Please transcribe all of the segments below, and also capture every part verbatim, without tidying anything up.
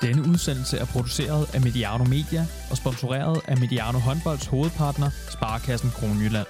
Denne udsendelse er produceret af Mediano Media og sponsoreret af Mediano Håndbolds hovedpartner, Sparekassen Kronjylland.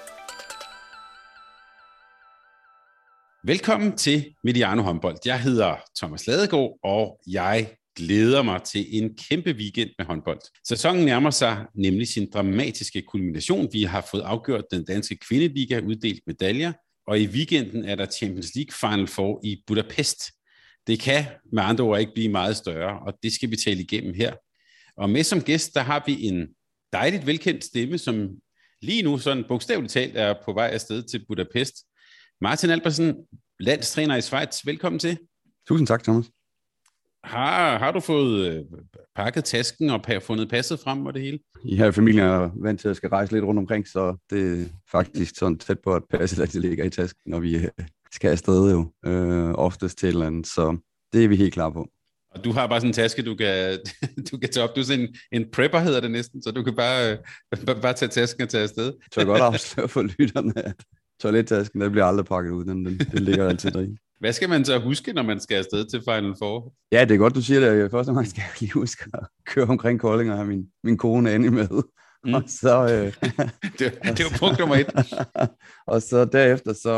Velkommen til Mediano Håndbold. Jeg hedder Thomas Ladegaard, og jeg glæder mig til en kæmpe weekend med håndbold. Sæsonen nærmer sig nemlig sin dramatiske kulmination. Vi har fået afgjort den danske kvindeliga, uddelt medaljer, og i weekenden er der Champions League Final Four i Budapest. Det kan med andre ord ikke blive meget større, og det skal vi tale igennem her. Og med som gæst, der har vi en dejligt velkendt stemme, som lige nu sådan bogstaveligt talt er på vej afsted til Budapest. Martin Albertsen, landstræner i Schweiz. Velkommen til. Tusind tak, Thomas. Har, har du fået pakket tasken og fundet passet frem og det hele? I her familien er vant til at skal rejse lidt rundt omkring, så det er faktisk sådan tæt på, at passet altid ligger i tasken, når vi skal afsted jo, øh, oftest til et eller andet, så det er vi helt klar på. Og du har bare sådan en taske, du kan, du kan tage op. Du er sådan en, en prepper, hedder det næsten, så du kan bare, bare, bare tage tasken og tage afsted. Så jeg godt afsløre for lytterne, at toilettasken, der bliver aldrig pakket ud, den, den, den ligger altid deri. Hvad skal man så huske, når man skal afsted til Final Four? Ja, det er godt, du siger det. Først og fremmest skal jeg lige huske at køre omkring Kolding og have min, min kone Annie med. Mm. Og så, øh, det, det var punkt nummer et. Og så derefter, så,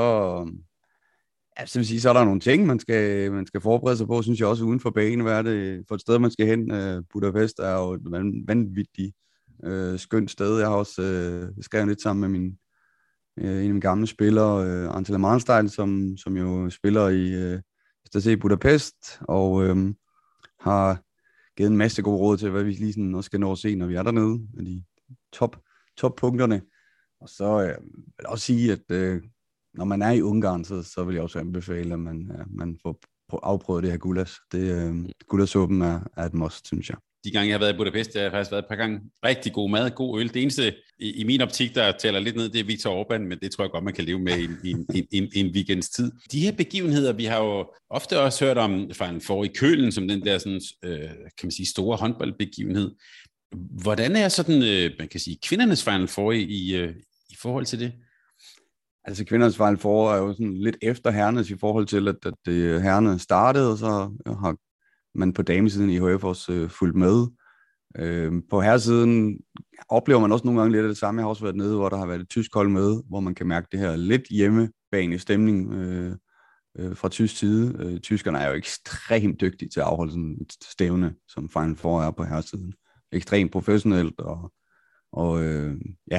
ja, så, vil sige, så er der nogle ting, man skal, man skal forberede sig på, synes jeg også uden for banen. Hvad er det for et sted, man skal hen? Budapest er jo et vanvittigt øh, skønt sted. Jeg har også øh, skrevet lidt sammen med min en af mine gamle spillere, uh, Antela Marnstein, som, som jo spiller i uh, S T C Budapest, og øh, har givet en masse gode råd til, hvad vi lige sådan også skal nå at se, når vi er dernede, med de top, top-punkterne. Og så øh, vil jeg også sige, at øh, når man er i Ungarn, så, så vil jeg også anbefale, at man, ja, man får afprøvet det her gulas. Det, øh, gulassuppen er, er et must, synes jeg. De gange, jeg har været i Budapest, jeg har faktisk været et par gange rigtig god mad, god øl. Det eneste i, i min optik, der tæller lidt ned, det er Viktor Orbán, men det tror jeg godt, man kan leve med i en, en, en, en weekends tid. De her begivenheder, vi har jo ofte også hørt om Final Four i Køln, som den der sådan, øh, kan man sige, store håndboldbegivenhed. Hvordan er sådan, øh, man kan sige, kvindernes Final Four i, i, øh, i forhold til det? Altså kvindernes Final Four er jo sådan lidt efter herrenes i forhold til, at, at det, herrene startede, og så har man på damesiden i H F også øh, fulgt med. Øh, på herresiden oplever man også nogle gange lidt af det samme. Jeg har også været nede, hvor der har været et tysk hold med, hvor man kan mærke det her lidt hjemmebane stemning øh, øh, fra tysk side. Øh, tyskerne er jo ekstremt dygtige til at afholde sådan et stævne, som Final Four er på herresiden. Ekstremt professionelt, og, og øh, ja,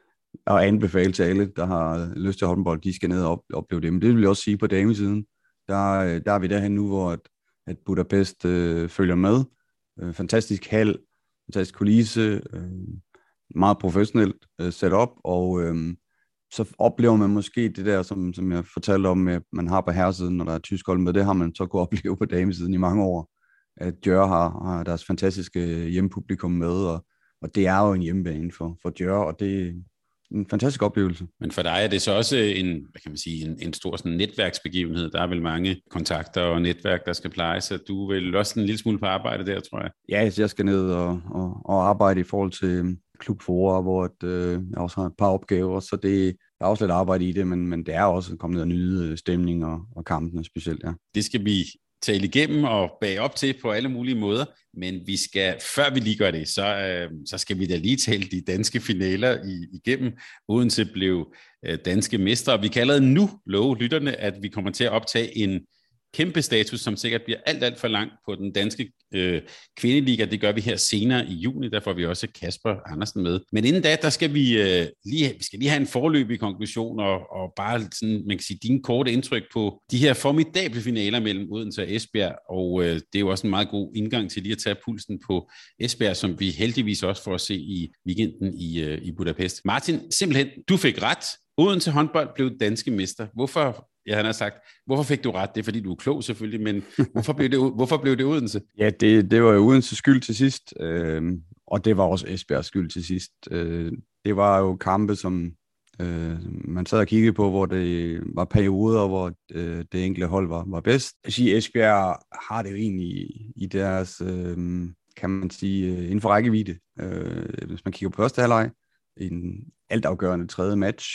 og anbefale til alle, der har lyst til håndbold, de skal ned og opleve det. Men det vil jeg også sige på damesiden. Der, der er vi derhen nu, hvor at at Budapest øh, følger med. Øh, fantastisk hal, fantastisk kulisse, øh, meget professionelt øh, setup, og øh, så oplever man måske det der, som, som jeg fortalte om, at man har på herresiden, når der er tysk hold med, det har man så kunne opleve på damesiden i mange år, at Djør har, har deres fantastiske hjemmepublikum med, og, og det er jo en hjemmebane for, for Djør, og det en fantastisk oplevelse. Men for dig er det så også en, hvad kan man sige, en, en stor sådan netværksbegivenhed. Der er vel mange kontakter og netværk, der skal plejes, så du vil også en lille smule på arbejde der, tror jeg. Ja, jeg skal ned og, og, og arbejde i forhold til klubforer, hvor at, øh, jeg også har et par opgaver, så det, der er også lidt arbejde i det, men, men det er også kommet ned og nyde stemning og, og kampene specielt, ja. Det skal vi tale igennem og bage op til på alle mulige måder, men vi skal, før vi lige gør det, så, øh, så skal vi da lige tale de danske finaler i, igennem. Odense blev øh, danske mestre, vi kan allerede nu love lytterne, at vi kommer til at optage en kæmpe status, som sikkert bliver alt, alt for lang på den danske øh, kvindeliga. Det gør vi her senere i juni, der får vi også Kasper Andersen med. Men inden da, der skal vi, øh, lige, vi skal lige have en foreløbig konklusion, og, og bare sådan, man kan sige, dine korte indtryk på de her formidable finaler mellem Odense og Esbjerg, og øh, det er jo også en meget god indgang til lige at tage pulsen på Esbjerg, som vi heldigvis også får at se i weekenden i, øh, i Budapest. Martin, simpelthen, du fik ret. Odense håndbold blev danske mester. Hvorfor? Ja, han har sagt, hvorfor fik du ret? Det er fordi, du er klog selvfølgelig, men hvorfor blev det, hvorfor blev det Odense? Ja, det, det var jo Odense skyld til sidst, øh, og det var også Esbjergs skyld til sidst. Øh, det var jo kampe, som øh, man sad og kiggede på, hvor det var perioder, hvor øh, det enkelte hold var, var bedst. Jeg siger, Esbjerg har det jo egentlig i, i deres, øh, kan man sige, inden for rækkevidde. Øh, hvis man kigger på første halvleg, i en altafgørende tredje match,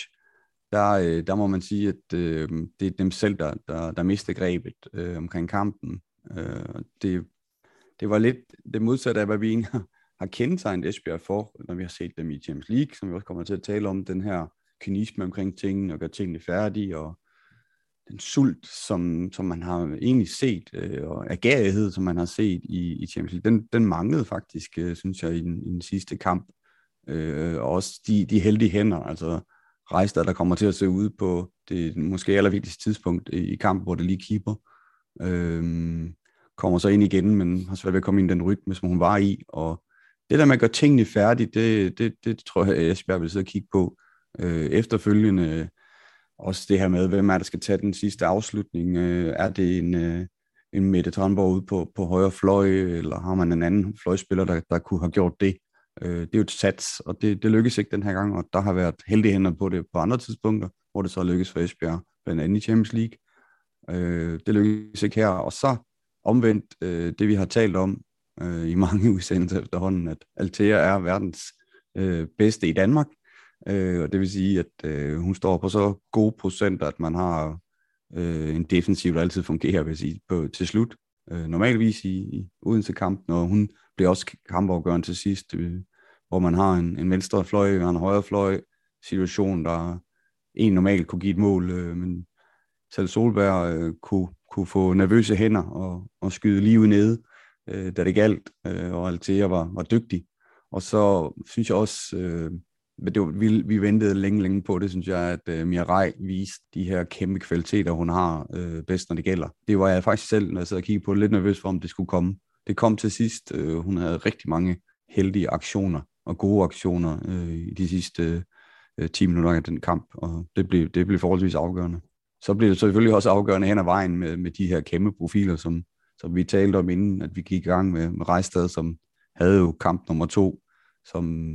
Der, der må man sige, at øh, det er dem selv, der, der, der mister grebet øh, omkring kampen. Øh, det, det var lidt det modsatte af, hvad vi egentlig har, har kendetegnet Esbjerg for, når vi har set dem i Champions League, som vi også kommer til at tale om, den her kynisme omkring tingene, og gøre tingene færdige, og den sult, som, som man har egentlig set, øh, og agerighed, som man har set i, i Champions League, den, den manglede faktisk, øh, synes jeg, i den, i den sidste kamp. Øh, og også de, de heldige hænder, altså Rejstad, der kommer til at se ud på det måske allervigtigste tidspunkt i, i kampen, hvor det lige keeper. Øh, kommer så ind igen, men har svært ved at komme ind i den rytme, som hun var i. Og det der med at gøre tingene færdige, det, det, det tror jeg, at Esbjerg vil sidde og kigge på. Øh, efterfølgende også det her med, hvem er der skal tage den sidste afslutning. Øh, er det en, øh, en Mette Tranborg ude på, på højre fløj, eller har man en anden fløjspiller, der, der kunne have gjort det? Øh, det er jo et sats, og det, det lykkes ikke den her gang, og der har været heldige hænder på det på andre tidspunkter, hvor det så lykkes for Esbjerg, blandt andet i Champions League. Øh, det lykkes ikke her, og så omvendt øh, det, vi har talt om øh, i mange udsendelser efterhånden, at Althea er verdens øh, bedste i Danmark, øh, og det vil sige, at øh, hun står på så gode procenter, at man har øh, en defensiv, der altid fungerer, vil sige, på, til slut. Øh, normalvis i, i Odense-kampen, og hun bliver også kampafgørende til sidst, øh, hvor man har en, en venstre fløj og en højre fløj situation, der en normalt kunne give et mål, øh, men selv Solberg øh, kunne, kunne få nervøse hænder og, og skyde lige ud nede, øh, da det galt, øh, og Althea var, var dygtig. Og så synes jeg også, øh, det var, vi, vi ventede længe, længe på det, synes jeg, at øh, Mirai viste de her kæmpe kvaliteter, hun har øh, bedst, når det gælder. Det var jeg faktisk selv, når jeg sad og kiggede på det, lidt nervøs for, om det skulle komme. Det kom til sidst. Øh, hun havde rigtig mange heldige aktioner og gode aktioner øh, i de sidste øh, ti minutter af den kamp, og det blev, det blev forholdsvis afgørende. Så blev det selvfølgelig også afgørende hen ad vejen med, med de her kæmpe profiler, som, som vi talte om inden, at vi gik i gang med, med Rejstad, som havde jo kamp nummer to, som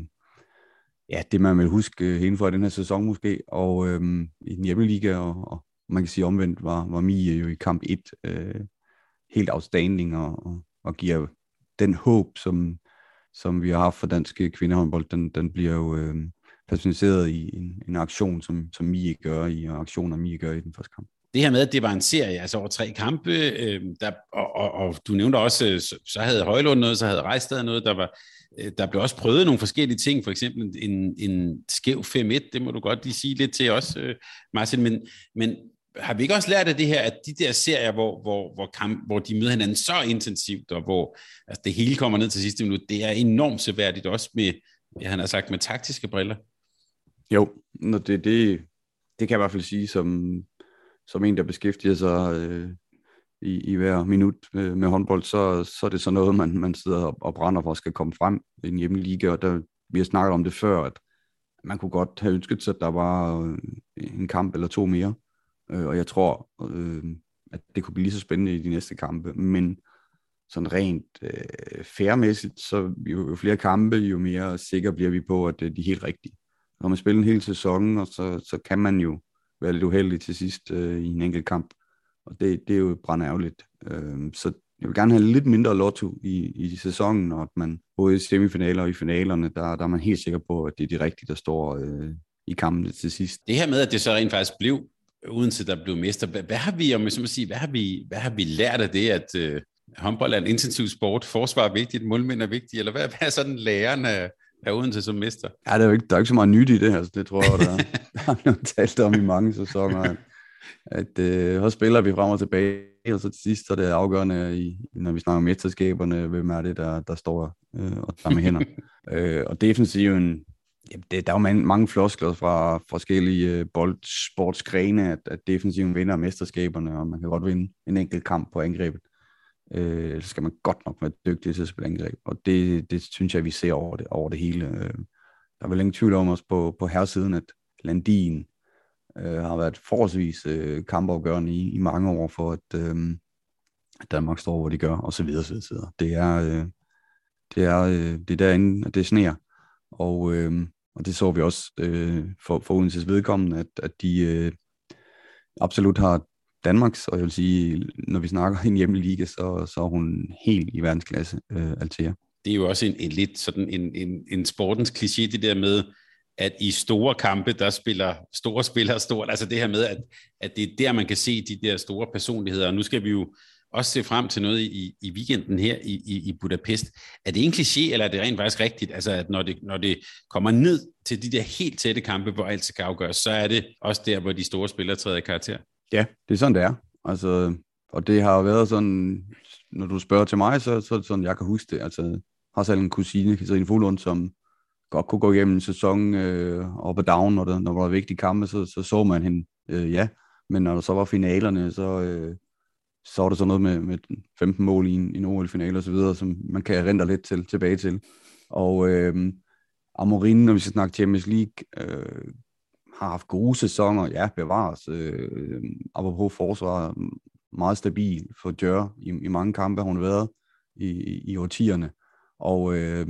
ja, det man vil huske inden for den her sæson måske, og øhm, i den hjemmeliga, og, og man kan sige omvendt, var, var Mie jo i kamp et øh, helt outstanding, og, og, og giver den håb, som, som vi har haft for danske kvindehåndbold, den, den bliver jo øh, personaliseret i en, en aktion, som, som Mie gør i, og aktioner Mie gør i den første kamp. Det her med, at det var en serie, altså over tre kampe, øh, der, og, og, og du nævnte også, så, så havde Højlund noget, så havde Rejstad noget, der var, øh, der blev også prøvet nogle forskellige ting, for eksempel en, en skæv fem et, det må du godt lige sige lidt til os, øh, Martin, men, men har vi ikke også lært af det her, at de der serier, hvor, hvor, hvor, kamp, hvor de møder hinanden så intensivt, og hvor altså, det hele kommer ned til sidste minut, det er enormt seværdigt, også med, jeg han har sagt, med taktiske briller? Jo, det, det, det kan jeg i hvert fald sige, som som en, der beskæftiger sig øh, i, i hver minut øh, med håndbold, så, så er det så noget, man, man sidder og, og brænder for, skal komme frem i en hjemmeliga, og der, vi har snakket om det før, at man kunne godt have ønsket sig, at der var øh, en kamp eller to mere, øh, og jeg tror, øh, at det kunne blive lige så spændende i de næste kampe, men sådan rent øh, fairmæssigt, så jo, jo flere kampe, jo mere sikker bliver vi på, at det er de helt rigtige. Når man spiller en hel sæson, og så, så kan man jo være lidt uheldig til sidst øh, i en enkelt kamp. Og det, det er jo brandærgerligt. Øh, så jeg vil gerne have lidt mindre lotto i, i sæsonen, og at man både i semifinaler og i finalerne, der, der er man helt sikker på, at det er de rigtige, der står øh, i kampen til sidst. Det her med, at det så rent faktisk blev, uden til der blev mester, hvad, hvad har vi, om jeg så må sige, hvad har vi, hvad har vi lært af det, at øh, håndbold er en intensiv sport, forsvar er vigtigt, målmænd er vigtigt, eller hvad, hvad er sådan læren af er Odense som mester? Ja, der er jo ikke, der er ikke så meget nyt i det her, så det tror jeg, der, der har noget talt om i mange sæsoner, at, at øh, så spiller vi frem og tilbage, og så til sidst er det afgørende, i, når vi snakker om mesterskaberne, hvem er det, der, der står øh, og tager med hænder. øh, og defensiven, ja, det, der er jo mange, mange floskler fra forskellige øh, boldsportsgrene, at, at defensiven vinder mesterskaberne, og man kan godt vinde en enkelt kamp på angrebet. Øh, så skal man godt nok være dygtig til at spille angreb, og det, det synes jeg, vi ser over det, over det hele. Øh, der er vel ingen tvivl om os på, på herresiden, at Landin øh, har været forholdsvis øh, kampafgørende i, i mange år for, at, øh, at Danmark står, hvor de gør, og så videre, så videre. Det er, øh, det er, øh, det er derinde, at det sneer, og, øh, og det så vi også øh, for, for Odenses vedkommende, at, at de øh, absolut har Danmarks, og jeg vil sige, når vi snakker en hjemmeliga, så, så er hun helt i verdensklasse, øh, Althea. Det er jo også en, en lidt sådan en, en, en sportens kliché, det der med, at i store kampe, der spiller store spillere stort, altså det her med, at, at det er der, man kan se de der store personligheder, og nu skal vi jo også se frem til noget i, i weekenden her i, i, i Budapest. Er det en kliché, eller er det rent faktisk rigtigt, altså at når det, når det kommer ned til de der helt tætte kampe, hvor alt skal afgøres, så er det også der, hvor de store spillere træder i karakter? Ja, det er sådan, det er. Altså, og det har været sådan, når du spørger til mig, så, så er det sådan, jeg kan huske det. Altså, jeg har selv en kusine, Katrine Fuglund, som godt kunne gå igennem en sæson øh, op og down, når, det, når der var vigtige kampe, så, så så man hende, øh, ja. Men når der så var finalerne, så, øh, så var det sådan noget med, med femten mål i en, en O L-finale og så videre, som man kan erindre lidt til, tilbage til. Og øh, Amorim, når vi skal snakke Champions League, øh, har haft gode sæsoner, ja, bevares. Øh, apropos forsvar, meget stabil for Djør i, i mange kampe, har hun været i, i, i årtierne. Og, øh,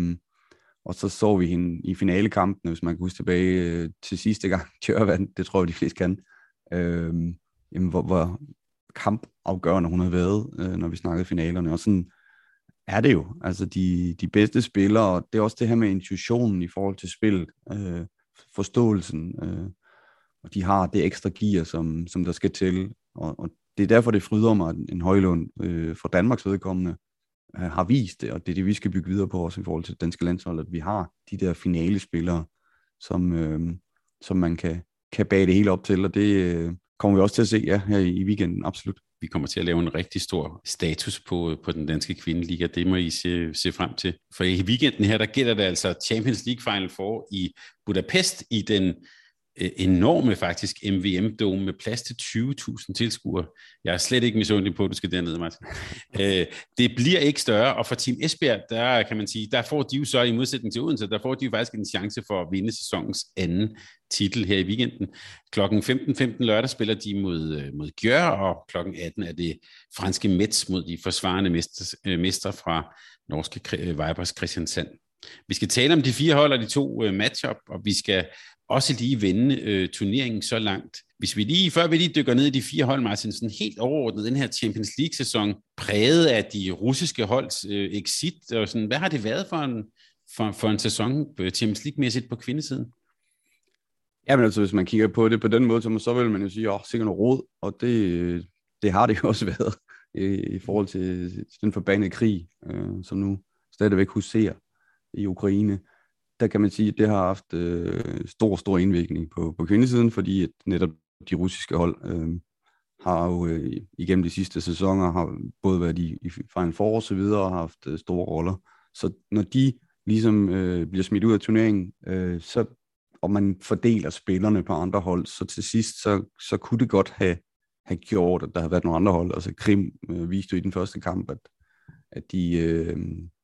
og så så vi hende i finalekampene, hvis man kan huske tilbage øh, til sidste gang Djør vandt, det tror jeg, de fleste kan. Øh, jamen, hvor, hvor kampafgørende hun har været, øh, når vi snakkede finalerne. Og sådan er det jo. Altså de, de bedste spillere, det er også det her med intuitionen i forhold til spillet, øh, forståelsen, øh, og de har det ekstra gear, som, som der skal til. Og, og det er derfor, det fryder mig, at en Højlund øh, for Danmarks vedkommende øh, har vist det, og det er det, vi skal bygge videre på også i forhold til danske landshold, at vi har de der finalespillere, som, øh, som man kan, kan bage det hele op til, og det øh, kommer vi også til at se ja, her i, i weekenden, absolut. Vi kommer til at lave en rigtig stor status på, på den danske kvindeliga. Det må I se, se frem til. For i weekenden her, der gælder det altså Champions League Final Four i Budapest i den øh, enorme faktisk M V M-dome med plads til tyve tusind tilskuere. Jeg er slet ikke misundelig på, at du skal dernede, Martin. øh, det bliver ikke større, og for Team Esbjerg, der kan man sige, der får de jo så i modsætning til Odense, der får de jo faktisk en chance for at vinde sæsonens anden titel her i weekenden. klokken femten femten lørdag spiller de mod, mod Gjør, og klokken atten er det franske Metz mod de forsvarende mestre, mestre fra norske Vipers Kristiansand. Vi skal tale om de fire hold og de to uh, matchup, og vi skal også lige vende uh, turneringen så langt. Hvis vi lige, før vi lige dykker ned i de fire hold, Martin, sådan helt overordnet, den her Champions League-sæson, præget af de russiske holds uh, exit, og sådan, hvad har det været for en, for, for en sæson uh, Champions League-mæssigt på kvindesiden? Ja, men altså, hvis man kigger på det på den måde, så, så vil man jo sige, åh, sikkert noget rod, og det, det har det jo også været i, i forhold til den forbandede krig, øh, som nu stadigvæk huserer i Ukraine. Der kan man sige, at det har haft øh, stor, stor indvirkning på, på kvindesiden, fordi at netop de russiske hold øh, har jo øh, igennem de sidste sæsoner har både været i, i Final Four og så videre og har haft øh, store roller. Så når de ligesom øh, bliver smidt ud af turneringen, øh, så og man fordeler spillerne på andre hold, så til sidst, så, så kunne det godt have, have gjort, at der havde været nogle andre hold. Altså Krim øh, viste jo i den første kamp, at, at, de, øh,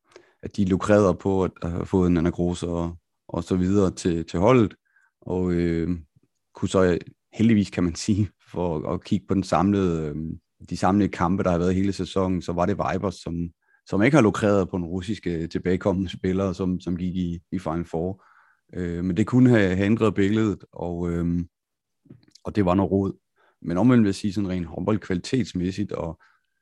at de lukrerede på at have fået en anagrose og, og så videre til, til holdet, og øh, kunne så heldigvis, kan man sige, for at kigge på den samlede, øh, de samlede kampe, der har været hele sæsonen, så var det Vipers, som, som ikke har lukreret på den russiske tilbagekommende spillere, som, som gik i, i Final Four. Øh, men det kunne have, have ændret billedet, og, øh, og det var noget rod. Men omvendt vil jeg sige sådan rent håndboldkvalitetsmæssigt, og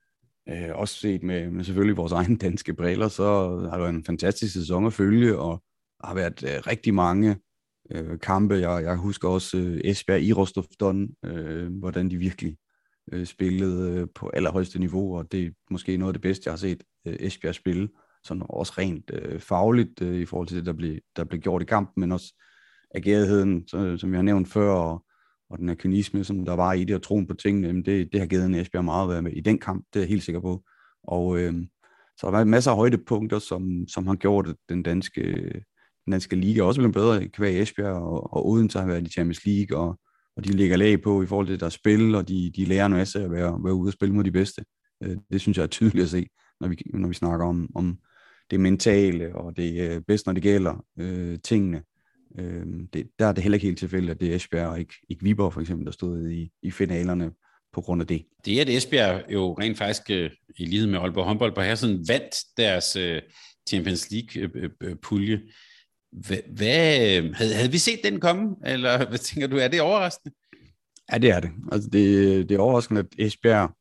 øh, også set med, med selvfølgelig vores egne danske briller, så har det været en fantastisk sæson at følge, og der har været øh, rigtig mange øh, kampe. Jeg, jeg husker også øh, Esbjerg i Rostov-Don, øh, hvordan de virkelig øh, spillede øh, på allerhøjeste niveau, og det er måske noget af det bedste, jeg har set øh, Esbjerg spille. Sådan også rent øh, fagligt øh, i forhold til det, der blev, der blev gjort i kampen, men også agerigheden, så, som jeg har nævnt før, og, og den her kynisme, som der var i det, og troen på tingene, jamen det, det har givet en Esbjerg meget at være med i den kamp, det er jeg helt sikker på. Og øh, så der var masser af højdepunkter, som, som har gjort, at den danske, den danske liga også blevet bedre kvæg Esbjerg, og, og Odense har været i Champions League, og, og de ligger lag på i forhold til deres spil, og de, de lærer en masse at være, være ude og spille mod de bedste. Øh, det synes jeg er tydeligt at se, når vi, når vi snakker om, om det mentale, og det er bedst, når det gælder øh, tingene. Øh, det, der er det heller ikke helt tilfældigt, at det er Esbjerg og ikke, ikke Viborg for eksempel, der stod i, i finalerne på grund af det. Det er, at Esbjerg jo rent faktisk øh, i lighed med Aalborg håndbold på her sådan vandt deres øh, Champions League-pulje. Hvad, hvad, havde, havde vi set den komme, eller hvad tænker du, er det overraskende? Ja, det er det. Altså, det, det er overraskende, at Esbjerg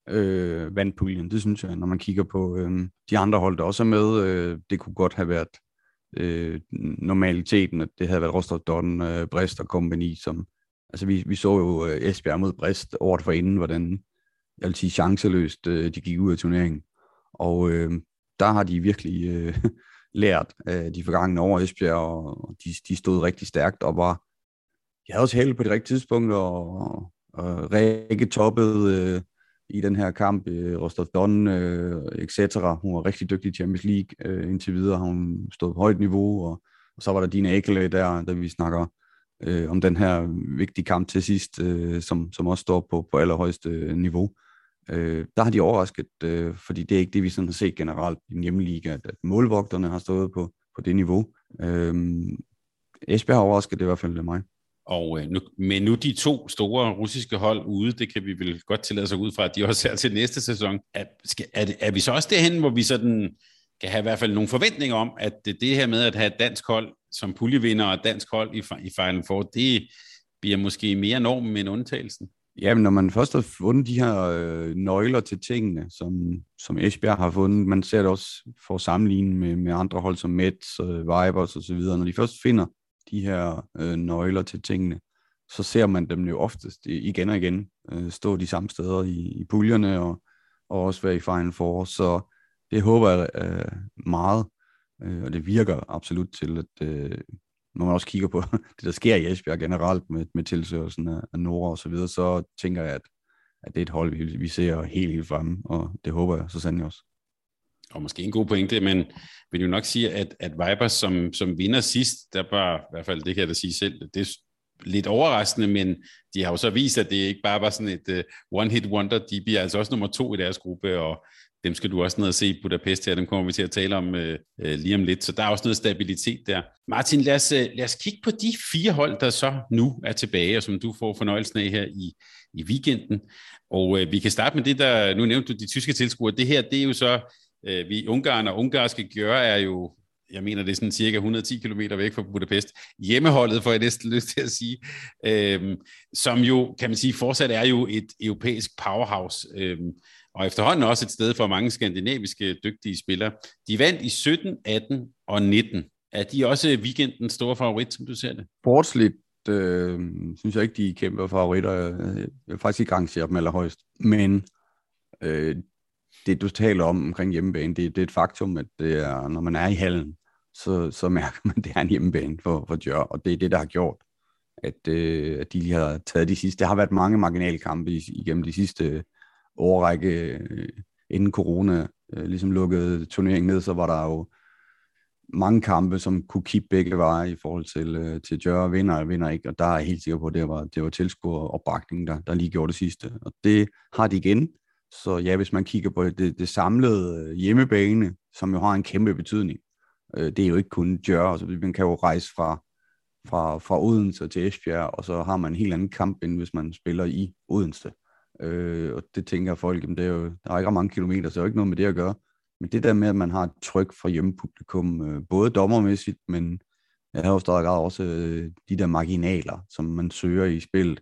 øh, vandt puljen, det synes jeg, når man kigger på øh, de andre hold, der også er med. Øh, det kunne godt have været øh, normaliteten, at det havde været Rostov Don, øh, Brest og kompagni, som, altså vi, vi så jo øh, Esbjerg mod Brest året forinden, hvordan jeg vil sige chanceløst, øh, de gik ud af turneringen. Og øh, der har de virkelig øh, lært af de forgangne år Esbjerg, og de, de stod rigtig stærkt og var, de havde også held på det rigtige tidspunkt, og, og Rikke toppede øh, i den her kamp, øh, Rostov Don, øh, et cetera. Hun var rigtig dygtig i Champions League øh, indtil videre, hun stod på højt niveau, og, og så var der Dina Ekele der, da vi snakker øh, om den her vigtige kamp til sidst, øh, som, som også står på, på allerhøjeste niveau. Øh, der har de overrasket, øh, fordi det er ikke det, vi sådan har set generelt i den hjemmeliga, at, at målvogterne har stået på, på det niveau. Øh, Esbjerg har overrasket, det er i hvert fald mig. Og øh, nu, men nu de to store russiske hold ude, det kan vi vel godt tillade sig ud fra, at de også er til næste sæson. Er, skal, er, det, er vi så også derhen, hvor vi sådan kan have i hvert fald nogle forventninger om, at det, det her med at have et dansk hold som puljevinder og et dansk hold i, i Final Four, det bliver måske mere normen end undtagelsen? Jamen, når man først har fundet de her øh, nøgler til tingene, som, som Esbjerg har fundet, man ser det også for at sammenligne med, med andre hold som Mets, øh, Vipers og så videre. Når de først finder de her øh, nøgler til tingene, så ser man dem jo oftest igen og igen øh, stå de samme steder i, i puljerne og, og også være i Final Four. Så det håber jeg øh, meget, øh, og det virker absolut til, at øh, når man også kigger på det, der sker i Esbjerg generelt med, med tilsøgelsen af, af Nora og så videre, så tænker jeg, at, at det er et hold, vi, vi ser helt, helt fremme, og det håber jeg så sandelig også. Og måske en god pointe, men vil jo nok sige, at, at Vipers som, som vinder sidst, der var, i hvert fald det kan jeg da sige selv, det er lidt overraskende, men de har jo så vist, at det ikke bare var sådan et uh, one-hit wonder, de bliver altså også nummer to i deres gruppe, og dem skal du også ned og se i Budapest her, dem kommer vi til at tale om uh, lige om lidt, så der er også noget stabilitet der. Martin, lad os, uh, lad os kigge på de fire hold, der så nu er tilbage, og som du får fornøjelsen af her i, i weekenden, og uh, vi kan starte med det, der, nu nævnte du de tyske tilskuere, det her, det er jo så vi Ungarn og ungarske Győr er jo, jeg mener det er sådan cirka et hundrede og ti kilometer væk fra Budapest, hjemmeholdet får jeg næsten lyst til at sige, øhm, som jo, kan man sige, fortsat er jo et europæisk powerhouse, øhm, og efterhånden også et sted for mange skandinaviske dygtige spillere. De vandt i sytten, atten og nitten. Er de også weekendens store favorit, som du ser det? Sportsligt øh, synes jeg ikke, de er kæmpe favoritter. Jeg vil faktisk ikke rangere dem allerhøjst, men øh, det, du taler om omkring hjemmebane, det, det er et faktum, at det er, når man er i hallen, så, så mærker man, at det er en hjemmebane for, for Győr, og det er det, der har gjort, at, øh, at de lige har taget de sidste. Der har været mange marginalkampe igennem de sidste årrække, øh, inden corona øh, ligesom lukkede turneringen ned, så var der jo mange kampe, som kunne kippe begge veje i forhold til, øh, til Győr, vinder eller vinder ikke, og der er jeg helt sikker på, at det var, det var tilskuer og opbakning, der, der lige gjorde det sidste, og det har de igen. Så ja, hvis man kigger på det, det samlede hjemmebane, som jo har en kæmpe betydning, øh, det er jo ikke kun Győr, altså man kan jo rejse fra, fra, fra Odense til Esbjerg, og så har man en helt anden kamp, end hvis man spiller i Odense. Øh, og det tænker folk, jamen, det er jo, der er ikke mange kilometer, så det er jo ikke noget med det at gøre. Men det der med, at man har et tryk fra hjemmepublikum, øh, både dommermæssigt, men jeg har jo stadig også øh, de der marginaler, som man søger i spillet,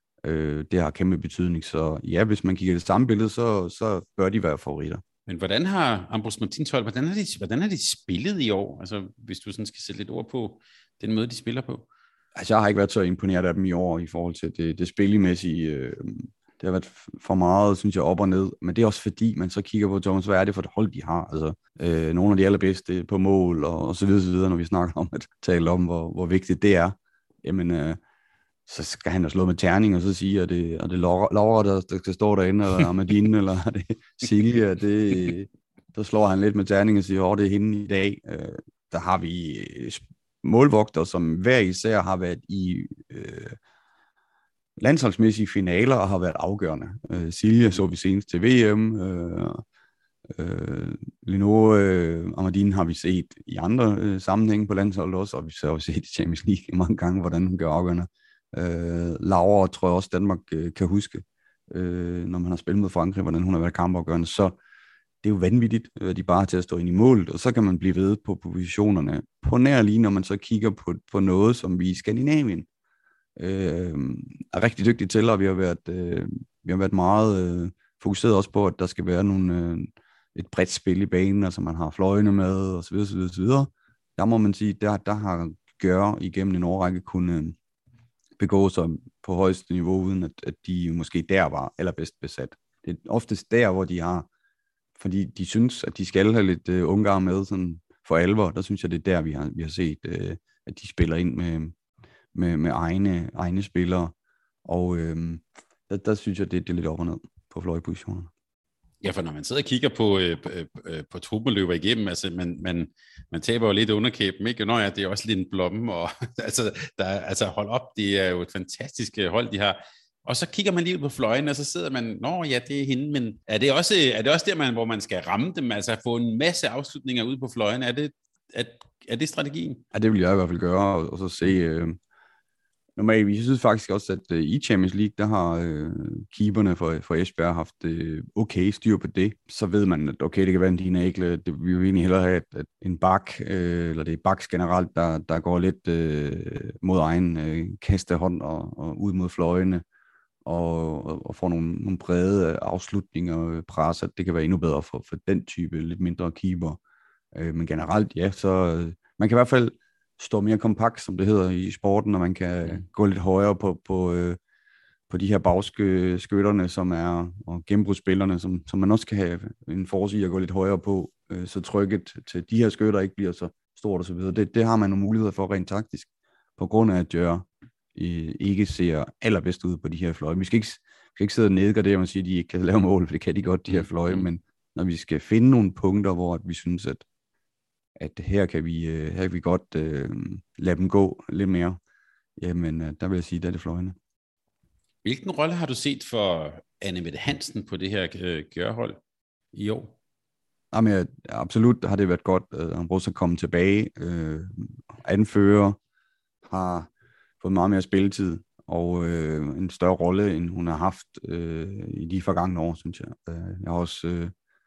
Øh, det har kæmpe betydning, så ja, hvis man kigger i det samme billede, så, så bør de være favoritter. Men hvordan har Ambros Martins hold, hvordan har, de, hvordan har de spillet i år? Altså, hvis du sådan skal sætte lidt ord på den måde, de spiller på. Altså, jeg har ikke været så imponeret af dem i år, i forhold til det, det spillemæssige. Øh, det har været for meget, synes jeg, op og ned. Men det er også fordi, man så kigger på, Thomas, hvad er det for et hold, de har? Altså, øh, nogle af de allerbedste på mål, og, og så videre, så videre, når vi snakker om at tale om, hvor, hvor vigtigt det er. Jamen, øh, så skal han jo slå med terning og så sige, at det er det Laura, der, der skal stå derinde, eller Amadine, eller er det Silja, det, der slår han lidt med terning og siger, at det er hende i dag. Øh, der har vi målvogter, som hver især har været i øh, landsholdsmæssige finaler og har været afgørende. Øh, Silja så vi senest til V M, øh, øh, Lino øh, Amadine har vi set i andre øh, sammenhænge på landsholdet også, og vi har også set i Champions League mange gange, hvordan hun gør afgørende. Øh, Laura tror jeg også Danmark øh, kan huske, øh, når man har spillet mod Frankrig, hvordan hun har været kampafgørende, så det er jo vanvittigt, at de bare er til at stå ind i målet, og så kan man blive ved på positionerne på nær lige, når man så kigger på, på noget, som vi i Skandinavien øh, er rigtig dygtige til, og vi har været, øh, vi har været meget øh, fokuseret også på, at der skal være nogle, øh, et bredt spil i banen, altså man har fløjene med, og så videre, så videre, så videre. Der må man sige, der, der har Győr igennem en årrække kunne begå sig på højeste niveau, uden at, at de måske der var allerbedst besat. det er oftest der, hvor de har, fordi de synes, at de skal have lidt uh, Ungarn med sådan for alvor. Der synes jeg, det er der, vi har, vi har set, uh, at de spiller ind med, med, med egne, egne spillere. Og uh, der, der synes jeg, det, det er lidt op og ned på fløjpositionerne. Ja, for når man sidder og kigger på, øh, øh, på truppen løber igennem, altså man, man, man taber jo lidt underkæben, ikke? Nå ja, det er også lidt en blomme, og altså, der, altså hold op, det er jo et fantastisk hold, de har. Og så kigger man lige ud på fløjen, og så sidder man, nå ja, det er hende, men er det også, er det også der, man, hvor man skal ramme dem, altså få en masse afslutninger ud på fløjen? Er det, er, er det strategien? Ja, det vil jeg i hvert fald gøre, og, og så se... Øh... Normalt, vi synes faktisk også, at uh, i Champions League, der har uh, keeperne for, for Esbjerg haft uh, okay styr på det. Så ved man, at okay, det kan være en Dina Ekle. Det, vi vil egentlig hellere have, at, at en bak, uh, eller det er baks generelt, der, der går lidt uh, mod egen uh, kastehånd og, og ud mod fløjene, og, og, og får nogle, nogle brede afslutninger, presser. Det kan være endnu bedre for, for den type lidt mindre keeper. Uh, men generelt, ja, så uh, man kan i hvert fald stå mere kompakt, som det hedder i sporten, og man kan mm. gå lidt højere på, på, øh, på de her bagskytterne, som er, og gennembrudsspillerne, som, som man også kan have en force i at gå lidt højere på, øh, så trykket til de her skytter ikke bliver så stort og så videre. Det, det har man nogle muligheder for rent taktisk, på grund af, at Djør øh, ikke ser allerbedst ud på de her fløje. Vi skal ikke, vi skal ikke sidde og nedgradere og sige, at de ikke kan lave mål, for det kan de godt, de her fløje, mm. men når vi skal finde nogle punkter, hvor vi synes, at at her kan vi, her kan vi godt øh, lade dem gå lidt mere, jamen der vil jeg sige, der er det fløjene. Hvilken rolle har du set for Anne-Mette Hansen på det her øh, gørhold i år? Jamen, absolut har det været godt, at han bruger sig at komme tilbage. Øh, anfører har fået meget mere spilletid, og øh, en større rolle, end hun har haft øh, i de forgangne år, synes jeg. Jeg har også øh,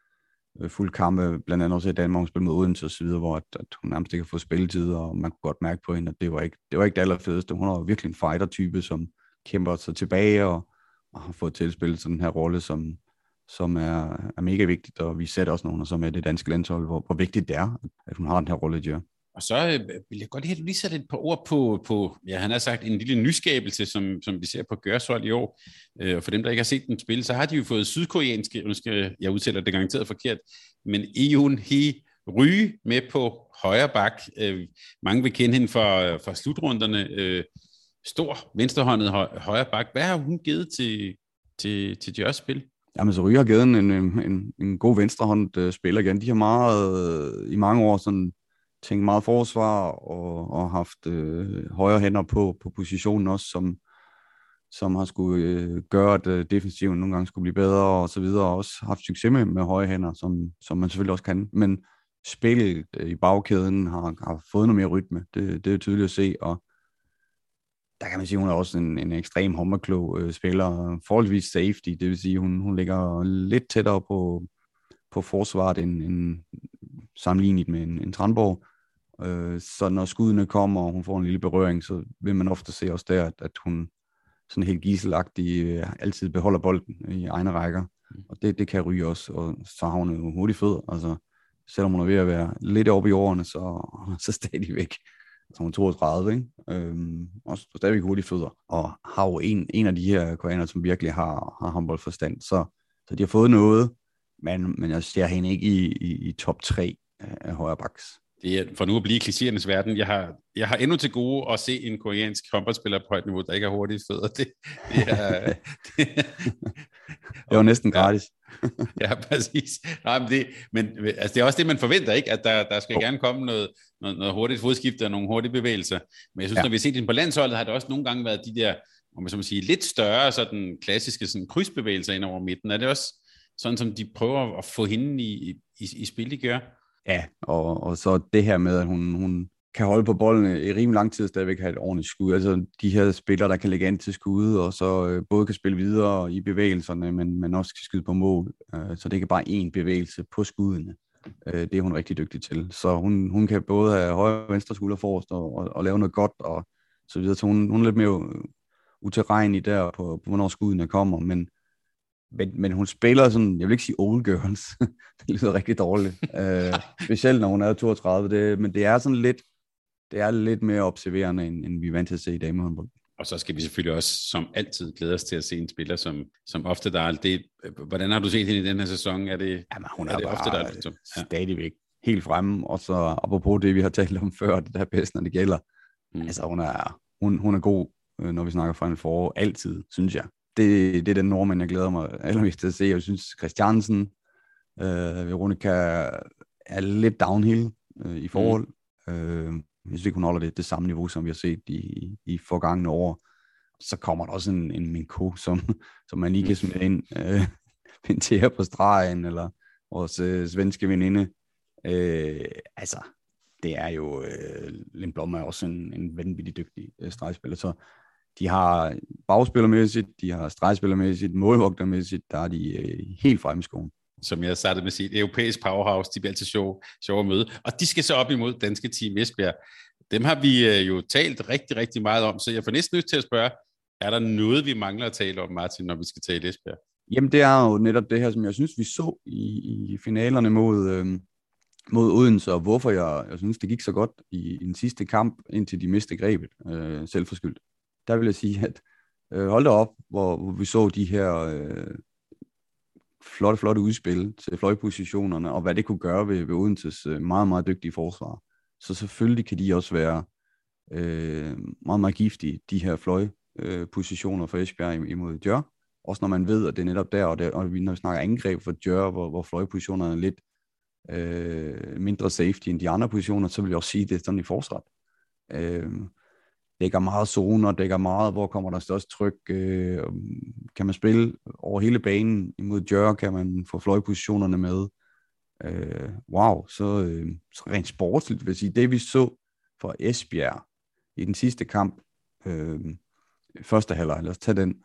fuld kampe, blandt andet også i Danmark, hun spillede mod Odense og så videre, hvor at, at hun nærmest ikke har fået spilletid, og man kunne godt mærke på hende, at det var ikke det, var ikke det allerfedeste. Hun er virkelig en fighter-type, som kæmper sig tilbage, og, og har fået tilspillet sådan den her rolle, som, som er, er mega vigtigt, og vi sætter også nogle, som er det danske landshold, hvor, hvor vigtigt det er, at hun har den her rolle, Djør. Og så øh, vil jeg godt lige have, lige sætte et par ord på, på, ja, han har sagt, en lille nyskabelse, som, som vi ser på Gørshold i år. Øh, og for dem, der ikke har set den spille, så har de jo fået sydkoreanske, nu skal jeg udtale det garanteret forkert, men Eun Hee Ry med på højre bak. Øh, mange vil kende hende fra, fra slutrunderne. Øh, stor venstrehåndet høj, højre bak. Hvad har hun givet til, til, til Djørs spil? Jamen, så Ry har givet en, en, en god venstrehåndet spiller igen. De har meget, øh, i mange år sådan tænkt meget forsvar og, og haft øh, højre hænder på, på positionen også, som, som har skulle øh, gøre, at øh, defensiven nogle gange skulle blive bedre og så videre, og også haft succes med, med højre hænder, som, som man selvfølgelig også kan. Men spillet øh, i bagkæden har, har fået noget mere rytme. Det, det er tydeligt at se, og der kan man sige, at hun er også en, en ekstrem håndboldklog øh, spiller, forholdsvis safety, det vil sige, hun, hun ligger lidt tættere på, på forsvaret end, end sammenlignet med en, en Tranborg. Øh, så når skuddene kommer, og hun får en lille berøring, så vil man ofte se også der, at, at hun sådan helt giselagtig øh, altid beholder bolden i egne rækker. Og det, det kan Ry også, og så har hun jo hurtigt fødder. Altså, selvom hun er ved at være lidt oppe i årene, så, så stadigvæk. Så hun er toogtredive, ikke? Øhm, og stadigvæk hurtigt fødder. Og har jo en, en af de her koreanere, som virkelig har, har håndboldforstand. Så, så de har fået noget, men, men jeg ser hende ikke i, i, i top tre af højre baks. Det er for nu at blive i klichéernes verden. Jeg har, jeg har endnu til gode at se en koreansk håndboldspiller på højt niveau, der ikke har hurtige fødder. Det, det er... det, det var næsten gratis. Ja, præcis. Nej, men, det, men altså, det er også det, man forventer, ikke? At der, der skal oh. gerne komme noget, noget, noget hurtigt fodskifte og nogle hurtige bevægelser. Men jeg synes, ja. Når vi har set den på landsholdet, har det også nogle gange været de der, om man så må sige, lidt større sådan klassiske sådan, krydsbevægelser ind over midten. Er det også sådan, som de prøver at få hende i, i, i spil, de gør? Ja, og, og så det her med, at hun, hun kan holde på bolden i rimelig lang tid og stadigvæk have et ordentligt skud. Altså de her spillere, der kan lægge an til skud, og så øh, både kan spille videre i bevægelserne, men, men også kan skyde på mål. Øh, så det er ikke bare én bevægelse på skuddene. Øh, det er hun rigtig dygtig til. Så hun, hun kan både have højre og venstre skulder forrest og, og, og lave noget godt og så videre. Så hun, hun er lidt mere utilregnelig der på, på, hvornår skuddene kommer, men Men, men hun spiller sådan, jeg vil ikke sige old girls, det lyder rigtig dårligt, uh, specielt når hun er toogtredive, det, men det er sådan lidt, det er lidt mere observerende, end, end vi er vant til at se i damehåndbold. Og så skal vi selvfølgelig også som altid glæde os til at se en spiller som, som Oftedal. Det, hvordan har du set hende i den her sæson? Er det, Jamen, hun er, er det bare Oftedal? Ja. Stadigvæk helt fremme, og så apropos det, vi har talt om før, det der bedst, når det gælder. Mm. Altså, hun er, hun, hun er god, når vi snakker Final Four, altid, synes jeg. Det, det er den nordmænd, jeg glæder mig allermest til at se. Jeg synes, Christiansen, øh, Veronica er lidt downhill øh, i forhold. Mm. Øh, jeg synes ikke, hun holder det, det samme niveau, som vi har set i, i forgangne år. Så kommer der også en, en Minko, som, som man lige kan smide ind. Øh, Pintere på stregen, eller vores øh, svenske veninde. Øh, altså, det er jo... Øh, Lindblom er også en, en vanvittig dygtig øh, stregspiller, så de har bagspillermæssigt, de har stregspillermæssigt, målvogtermæssigt, der er de øh, helt fremme i skoen. Som jeg startede med at sige, europæisk powerhouse, de bliver altid sjove, sjove at møde. Og de skal så op imod danske team Esbjerg. Dem har vi øh, jo talt rigtig, rigtig meget om, så jeg får næsten nødt til at spørge, er der noget, vi mangler at tale om, Martin, når vi skal tale Esbjerg? Jamen, det er jo netop det her, som jeg synes, vi så i, i finalerne mod, øh, mod Odense, og hvorfor jeg, jeg synes, det gik så godt i, i den sidste kamp, indtil de mistede grebet, øh, selvforskyldt. Der vil jeg sige, at øh, hold da op, hvor, hvor vi så de her øh, flotte, flotte udspil til fløjpositionerne, og hvad det kunne gøre ved, ved Odenses øh, meget, meget dygtige forsvar. Så selvfølgelig kan de også være øh, meget, meget giftige, de her fløjpositioner øh, for Esbjerg imod Djør. Også når man ved, at det er netop der, og, det, og når vi snakker angreb for Djør, hvor, hvor fløjpositionerne er lidt øh, mindre safety end de andre positioner, så vil jeg også sige, at det er sådan i forsvaret. Øh, dækker meget zoner, dækker meget, hvor kommer der størst tryk, øh, kan man spille over hele banen imod Djør, kan man få fløjpositionerne med. Øh, wow, så, øh, så rent sportsligt vil jeg sige, det vi så for Esbjerg i den sidste kamp, øh, første halvleg, lad os tage den,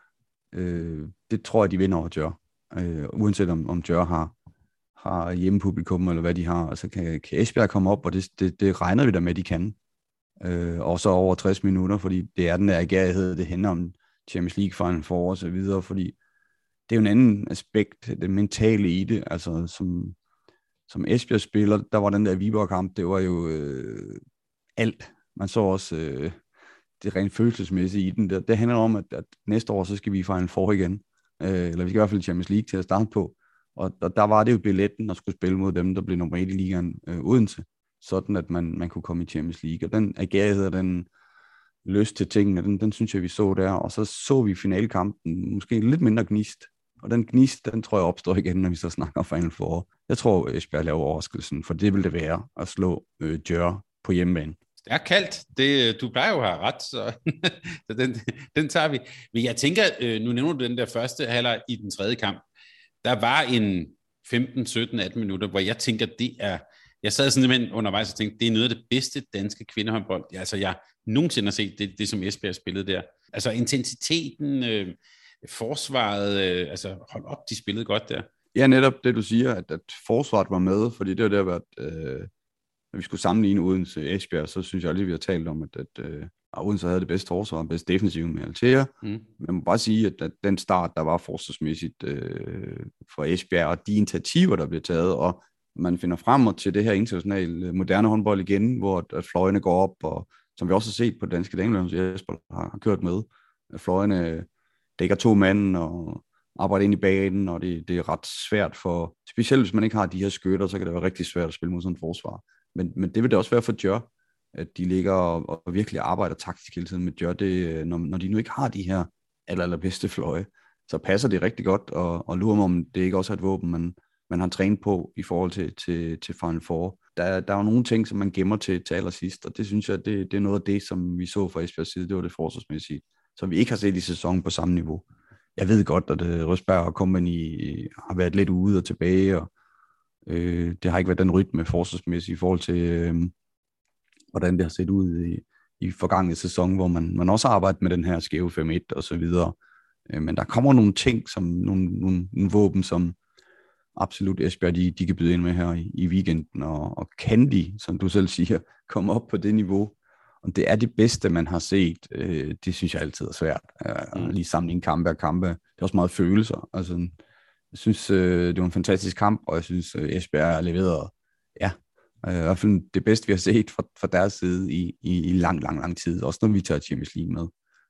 øh, det tror jeg, de vinder over Djør. Øh, uanset om, om Djør har, har hjemmepublikum, eller hvad de har, altså kan, kan Esbjerg komme op, og det, det, det regner vi da med, de kan. Øh, og så over tres minutter, fordi det er den der agerighed, det handler om Champions League Final Four og så videre, fordi det er jo en anden aspekt, det mentale i det, altså som, som Esbjerg spiller, der var den der Viborg-kamp, det var jo øh, alt. Man så også øh, det rent følelsesmæssige i den. Det, det handler om, at, at næste år, så skal vi i Final Four igen, øh, eller vi skal i hvert fald i Champions League til at starte på, og, og der var det jo billetten at skulle spille mod dem, der blev nummer et i ligaen øh, Odense, sådan at man, man kunne komme i Champions League. Og den agerighed og den lyst til tingene, den, den synes jeg, vi så der. Og så så vi finalkampen, måske lidt mindre gnist. Og den gnist, den tror jeg opstår igen, når vi så snakker Final Four. Jeg tror, Esbjerg laver overraskelsen, for det vil det være at slå øh, Djør på hjemmebane. Det er kaldt. Det, du plejer jo at have ret, så, så den, den tager vi. Men jeg tænker, øh, nu nævner du den der første halvleg i den tredje kamp. Der var en femten, sytten, atten minutter, hvor jeg tænker, det er... Jeg sad sådan undervejs og tænkte, det er noget af det bedste danske kvindehåndbold. Altså, jeg nogensinde har set det, det som Esbjerg spillede der. Altså, intensiteten, øh, forsvaret, øh, altså, hold op, de spillede godt der. Ja, netop det, du siger, at, at forsvaret var med, fordi det var der, at øh, når vi skulle sammenligne Odense Esbjerg, så synes jeg aldrig, vi har talt om, at, at øh, Odense havde det bedste forsvar, og bedst defensiv med Altea. Mm. Man må bare sige, at, at den start, der var forsvarsmæssigt øh, for Esbjerg, og de initiativer, der blev taget, og man finder frem til det her internationale moderne håndbold igen, hvor at fløjene går op, og som vi også har set på det danske dameland, som Jesper har kørt med, at fløjene dækker to mand og arbejder ind i banen, og det, det er ret svært for, specielt hvis man ikke har de her skytter, så kan det være rigtig svært at spille mod sådan et forsvar. Men, men det vil det også være for Djør, at de ligger og, og virkelig arbejder taktisk hele tiden med Djør. Det, når, når de nu ikke har de her aller, aller bedste fløje, så passer det rigtig godt, og, og lurer mig, om det ikke også er et våben, man man har trænet på i forhold til, til, til Final Four. Der, der er jo nogle ting, som man gemmer til, til allersidst, og det synes jeg, det, det er noget af det, som vi så fra Esbjergs side, det var det forsvarsmæssige, som vi ikke har set i sæsonen på samme niveau. Jeg ved godt, at uh, Røsberg og company har været lidt ude og tilbage, og øh, det har ikke været den rytme forsvarsmæssigt i forhold til, øh, hvordan det har set ud i, i forgangne sæson, hvor man, man også har arbejdet med den her skæve fem et og så videre. Øh, men der kommer nogle ting, som nogle, nogle, nogle våben, som absolut Esbjerg, de, de kan byde ind med her i, i weekenden, og, og kan de, som du selv siger, komme op på det niveau. Og det er det bedste, man har set. Øh, det synes jeg altid er svært. Øh, mm. Lige sammenligne kampe og kampe. Det er også meget følelser. Altså, jeg synes, øh, det var en fantastisk kamp, og jeg synes, øh, Esbjerg har leveret, ja, øh, i hvert fald det bedste, vi har set fra, fra deres side i, i, i lang, lang, lang tid. Også når vi tager Champions League med.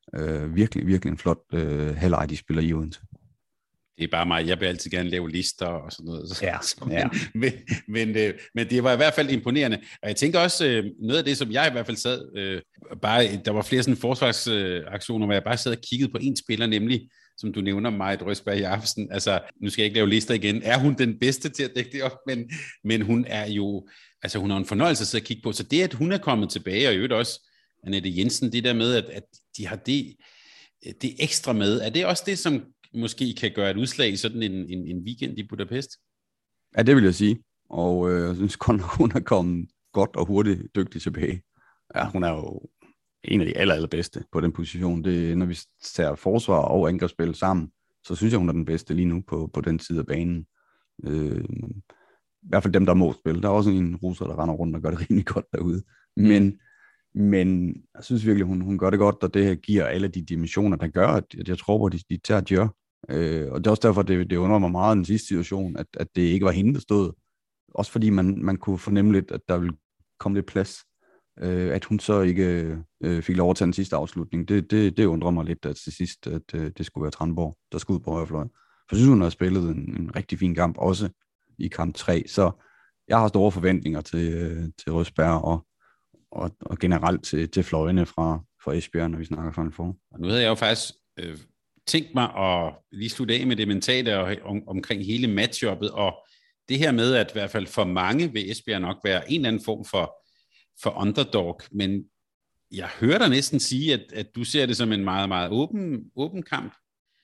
Øh, virkelig, virkelig en flot øh, halvleg, de spiller i Odense. Det er bare mig. Jeg vil altid gerne lave lister og sådan noget. Ja, så, ja. Men, men, øh, men det var i hvert fald imponerende. Og jeg tænker også, øh, noget af det, som jeg i hvert fald sad, øh, bare, der var flere sådan forsvarsaktioner, øh, hvor jeg bare sad og kiggede på en spiller, nemlig, som du nævner, Marit Røsberg Jacobsen. Altså, nu skal jeg ikke lave lister igen. Er hun den bedste til at dække det op? Men, men hun er jo, altså hun har en fornøjelse at sidde og kigge på. Så det, at hun er kommet tilbage, og i øvrigt også Annette Jensen, det der med, at, at de har det, det ekstra med, er det også det, som måske kan gøre et udslag i sådan en, en, en weekend i Budapest? Ja, det vil jeg sige. Og øh, jeg synes godt, hun er kommet godt og hurtigt dygtig tilbage. Ja, hun er jo en af de aller, allerbedste på den position. Det, når vi tager forsvar og angrebsspil sammen, så synes jeg, hun er den bedste lige nu på, på den side af banen. Øh, I hvert fald dem, der må spille. Der er også en russer, der render rundt og gør det rimelig godt derude. Men, men jeg synes virkelig, hun, hun gør det godt, og det her giver alle de dimensioner, der gør, at, at jeg tror på, at de, de tager Djør. Øh, og det er også derfor, det, det undrer mig meget i den sidste situation, at, at det ikke var hende, der stod. Også fordi man, man kunne fornemme lidt, at der ville komme lidt plads. Øh, at hun så ikke øh, fik lov at tage den sidste afslutning. Det, det, det undrer mig lidt, at til sidst, at øh, det skulle være Tranborg, der skulle ud på højrefløjen. For jeg synes, hun har spillet en, en rigtig fin kamp, også i kamp tre. Så jeg har store forventninger til, øh, til Røsberg og, og, og generelt til, til fløjene fra, fra Esbjerg, når vi snakker Final Four. Og nu havde jeg jo faktisk øh, tænkt mig at lige slutte af med det mentale og, om, omkring hele matchuppet, og det her med, at i hvert fald for mange vil Esbjerg nok være en eller anden form for, for underdog, men jeg hører dig næsten sige, at, at du ser det som en meget, meget åben, åben kamp.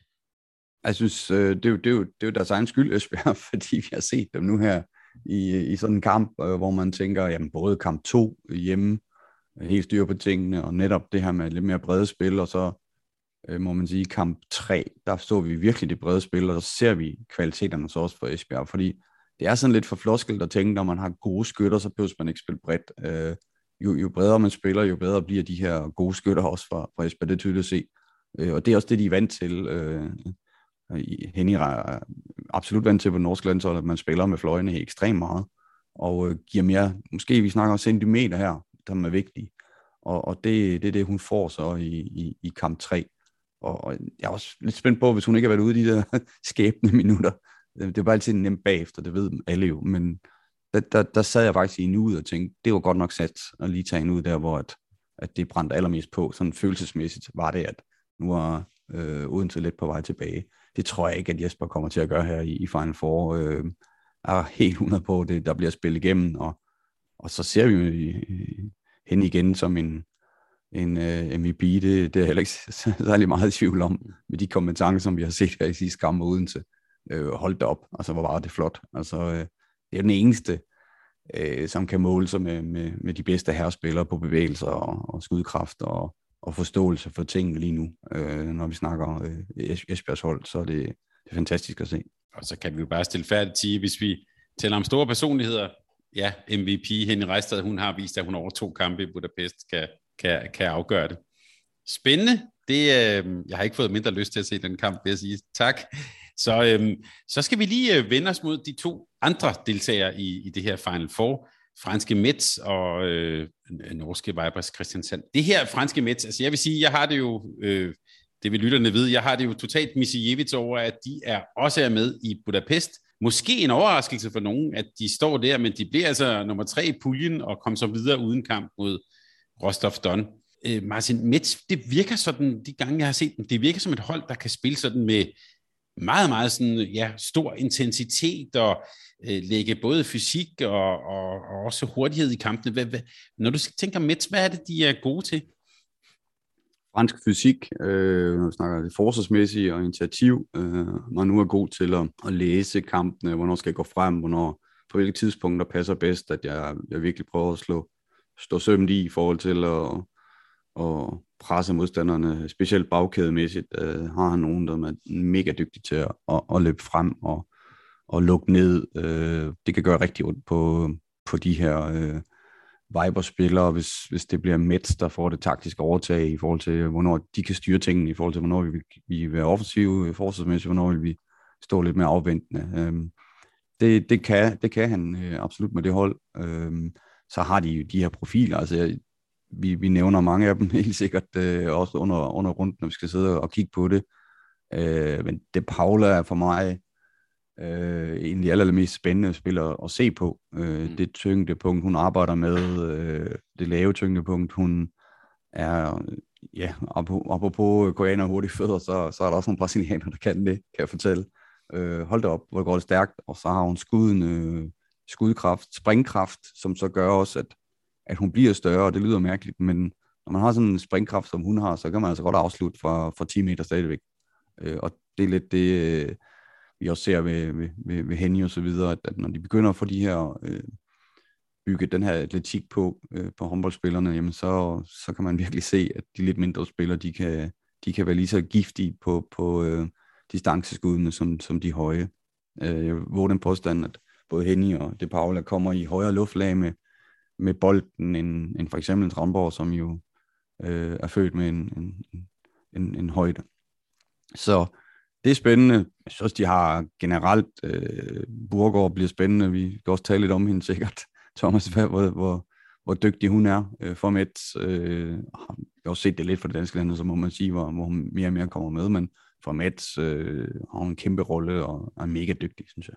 Jeg synes, øh, det, er jo, det, er jo, det er jo deres egen skyld, Esbjerg, fordi vi har set dem nu her i, i sådan en kamp, øh, hvor man tænker, jamen både kamp to hjemme, helt styr på tingene, og netop det her med lidt mere brede spil, og så øh, må man sige, kamp tre, der så vi virkelig det brede spil, og så ser vi kvaliteterne så også for Esbjerg, fordi det er sådan lidt for floskelt at tænke, når man har gode skytter, så behøver man ikke spille bredt. Øh, jo, jo bredere man spiller, jo bedre bliver de her gode skytter også fra, fra Esbjerg, det er tydeligt at se. Øh, og det er også det, de er vant til. Øh, Henny er absolut vant til på norsk landshold, at man spiller med fløjene helt ekstremt meget, og øh, giver mere, måske vi snakker om centimeter her, der er vigtige. Og, og det, det er det, hun får så i, i, i kamp tre. Og, og jeg er også lidt spændt på, hvis hun ikke har været ude i de der skæbne minutter. Det var altid nemt bagefter, det ved alle jo, men der, der, der sad jeg faktisk i en uge og tænkte, det var godt nok sat at lige tage en ud der, hvor at, at det brændte allermest på. Sådan følelsesmæssigt var det, at nu er øh, Odense lidt på vej tilbage. Det tror jeg ikke, at Jesper kommer til at gøre her i, i Final Four. Øh, er helt hundrede på det, der bliver spillet igennem, og, og så ser vi jo hende igen som en, en uh, M V P. Det, det er heller ikke særlig meget i tvivl om, med de kompetencer, som vi har set her i sidste kamp mod Odense. Øh, holdt det op, altså hvor var det flot. Altså, øh, det er den eneste, øh, som kan måle sig med, med, med de bedste herrespillere på bevægelser og, og skudkraft og, og forståelse for tingene lige nu. Øh, når vi snakker øh, Esbjergs hold, så er det, det er fantastisk at se. Og så kan vi jo bare stille færdigt sige, hvis vi taler om store personligheder, ja, M V P Henny Reistad, hun har vist, at hun over to kampe i Budapest kan, kan, kan afgøre det. Spændende. Det, øh, jeg har ikke fået mindre lyst til at se den kamp, vil jeg sige. Tak. Så, øhm, så skal vi lige øh, vende os mod de to andre deltagere i, i det her Final Four. Franske Metz og øh, norske Vipers Kristiansand. Det her franske Metz, altså jeg vil sige, jeg har det jo, øh, det vil lytterne vide, jeg har det jo totalt Misijevits over, at de er også er med i Budapest. Måske en overraskelse for nogen, at de står der, men de bliver altså nummer tre i puljen og kom så videre uden kamp mod Rostov Don. Øh, Martin Metz, det virker sådan, de gange jeg har set dem, det virker som et hold, der kan spille sådan med meget, meget sådan, ja, stor intensitet og øh, lægge både fysik og, og, og også hurtighed i kampene. Hvad, hvad, når du tænker Metz, hvad er det, de er gode til? Fransk fysik, øh, når vi snakker det forsvarsmæssige og initiativ, øh, man nu er god til at, at læse kampene, hvornår skal jeg gå frem, hvornår, på hvilke tidspunkter passer bedst, at jeg, jeg virkelig prøver at slå, stå sømt i i forhold til at og presse modstanderne, specielt bagkædemæssigt, øh, har han nogen, der er mega dygtige til at, at, at løbe frem og, og lukke ned. Øh, det kan gøre rigtig ondt på, på de her øh, Vipers-spillere, hvis, hvis det bliver Metz, der får det taktiske overtag i forhold til, hvornår de kan styre tingene, i forhold til, hvornår vi vil, vi vil være offensive, forsvarsmæssigt, hvornår vil vi stå lidt mere afventende. Øh, det, det, kan, det kan han øh, absolut med det hold. Øh, så har de jo de her profiler, altså jeg, vi, vi nævner mange af dem helt sikkert øh, også under, under runden, når vi skal sidde og kigge på det. Øh, men De Paula er for mig øh, en af de allermest spændende spillere at se på. Øh, mm. Det tyngdepunkt, hun arbejder med, øh, det lave tyngdepunkt, hun er, ja, apropos koreaner og hurtige fødder, så, så er der også nogle brasilianere, der kan det, kan jeg fortælle. Øh, hold da op, hvor går det stærkt, og så har hun skuden, øh, skudkraft, springkraft, som så gør også, at, at hun bliver større, og det lyder mærkeligt, men når man har sådan en springkraft, som hun har, så kan man altså godt afslutte fra, fra ti meter stadigvæk. Øh, og det er lidt det, øh, vi også ser ved, ved, ved, ved Henny og så videre, at, at når de begynder at få de her, øh, bygge den her atletik på, øh, på håndboldspillerne, jamen så, så kan man virkelig se, at de lidt mindre spillere, de kan, de kan være lige så giftige på, på øh, distanceskuddene, som, som de høje. Øh, jeg våger den påstand, at både Henny og De Paula kommer i højere luftlag med, med bolden, end, end for eksempel en Tranborg, som jo øh, er født med en, en, en, en højde. Så det er spændende. Jeg synes også, de har generelt, øh, Burgård bliver spændende. Vi kan også tale lidt om hende sikkert, Thomas, hvor, hvor, hvor dygtig hun er. Øh, for Mets, øh, jeg har også set det lidt for det danske land, så må man sige, hvor, hvor hun mere og mere kommer med, men for Mets øh, har hun en kæmpe rolle og er mega dygtig, synes jeg.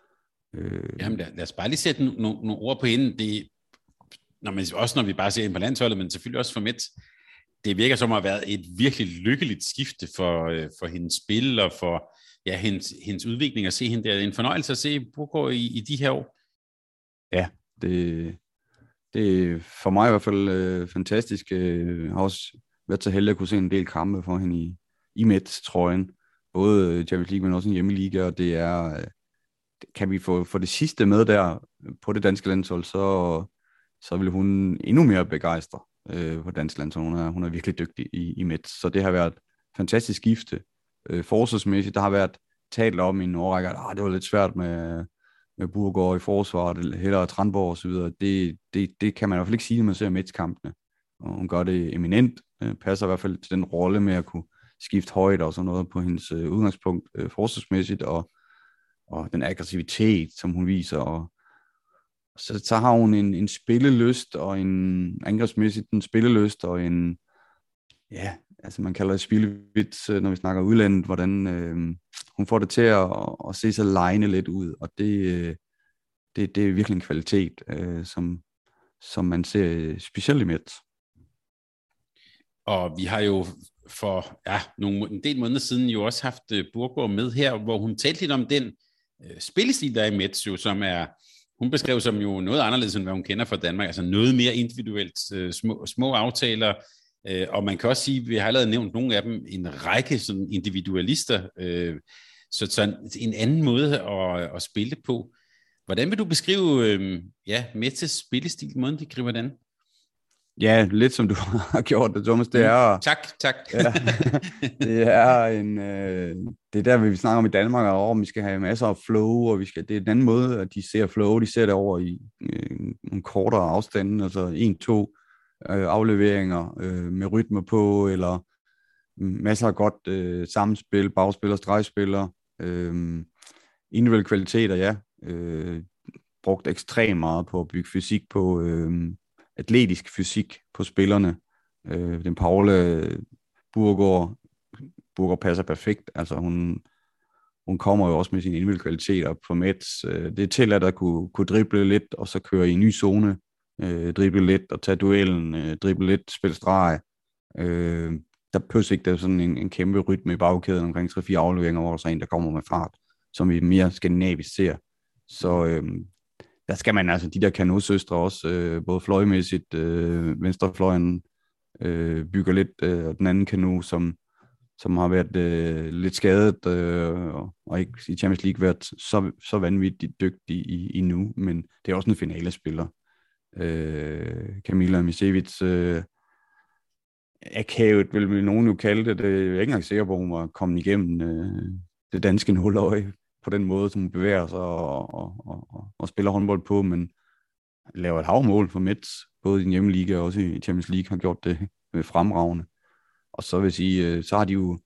Øh, Jamen lad, lad os bare lige sætte no, no, nogle ord på hende. Det, når man, også når vi bare ser hende på landsholdet, men selvfølgelig også for Mets. Det virker som at have været et virkelig lykkeligt skifte for, for hendes spil og for ja, hendes, hendes udvikling at se hende der. Det er en fornøjelse at se Burgård i, i de her år. Ja, det, det er for mig i hvert fald øh, fantastisk. Jeg har også været så heldig at kunne se en del kampe for hende i, i Mets-trøjen. Både Champions League, men også en hjemmeliga, og det er, kan vi få, få det sidste med der på det danske landshold, så, så vil hun endnu mere begejstre øh, på dansk landshold. Hun er, hun er virkelig dygtig i, i Mets, så det har været et fantastisk skifte. Øh, forsvarsmæssigt, der har været talt om i en årrække, at ah, det var lidt svært med, med Burgård i forsvaret, hellere Tranborg og så videre. Det, det, det kan man i hvert fald ikke sige, når man ser Mets-kampene. Og hun gør det eminent, øh, passer i hvert fald til den rolle med at kunne skifte højde og sådan noget på hendes øh, udgangspunkt øh, forsvarsmæssigt, og, og den aggressivitet, som hun viser. Og, så, så har hun en, en spillelyst, og en angrebsmæssigt en spillelyst, og en, ja, altså man kalder det spilvits, når vi snakker udlandet, hvordan øh, hun får det til at, at se sig legne lidt ud, og det, øh, det, det er virkelig en kvalitet, øh, som, som man ser specielt i Mets. Og vi har jo for ja, nogle, en del måneder siden jo også haft uh, Burgård med her, hvor hun talte lidt om den uh, spillestil, der er i Mets, jo, som er, hun beskrev som jo noget anderledes, end hvad hun kender fra Danmark, altså noget mere individuelt, uh, små, små aftaler, uh, og man kan også sige, vi har allerede nævnt nogle af dem, en række sådan individualister, uh, så, så en, en anden måde at, at spille på. Hvordan vil du beskrive uh, ja, Mets' spillestil, måden de griber den? Ja, lidt som du har gjort det, Thomas. Det er, mm, tak, tak. Ja, det er en, øh, det er der, vi snakker om i Danmark, og om vi skal have masser af flow, og vi skal, det er den anden måde, at de ser flow, de ser det over i øh, en kortere afstand, altså en, to øh, afleveringer øh, med rytme på, eller masser af godt øh, samspil, bagspiller, stregspiller, øh, individuelle kvaliteter, ja, øh, brugt ekstremt meget på at bygge fysik på, øh, atletisk fysik på spillerne. Øh, den Paula Burgård, Burgård passer perfekt. Altså hun, hun kommer jo også med sine individuelle kvaliteter på Mets. Øh, det er til at at kunne, kunne drible lidt, og så køre i en ny zone, øh, drible lidt og tage duellen, øh, drible lidt, spille streg. Øh, der pøs ikke der sådan en, en kæmpe rytme i bagkæden omkring tre fire afleveringer, hvor der så en, der kommer med fart, som vi mere skandinavisk ser. Så øh, der skal man altså, de der kanotsøstre også, øh, både fløjmæssigt, øh, venstrefløjen øh, bygger lidt, øh, og den anden kano, som, som har været øh, lidt skadet, øh, og ikke i Champions League været så, så vanvittigt dygtig i, i nu, men det er også en finalespiller. Øh, Kamila Misevits, øh, akavet vil nogen jo kalde det, det er jeg ikke engang sikker på, at hun var kommet igennem øh, det danske nuløje på den måde, som hun bevæger sig og, og, og, og spiller håndbold på, men laver et havmål for Mets, både i den hjemmeliga og også i Champions League, har gjort det fremragende. Og så vil jeg sige, så har de jo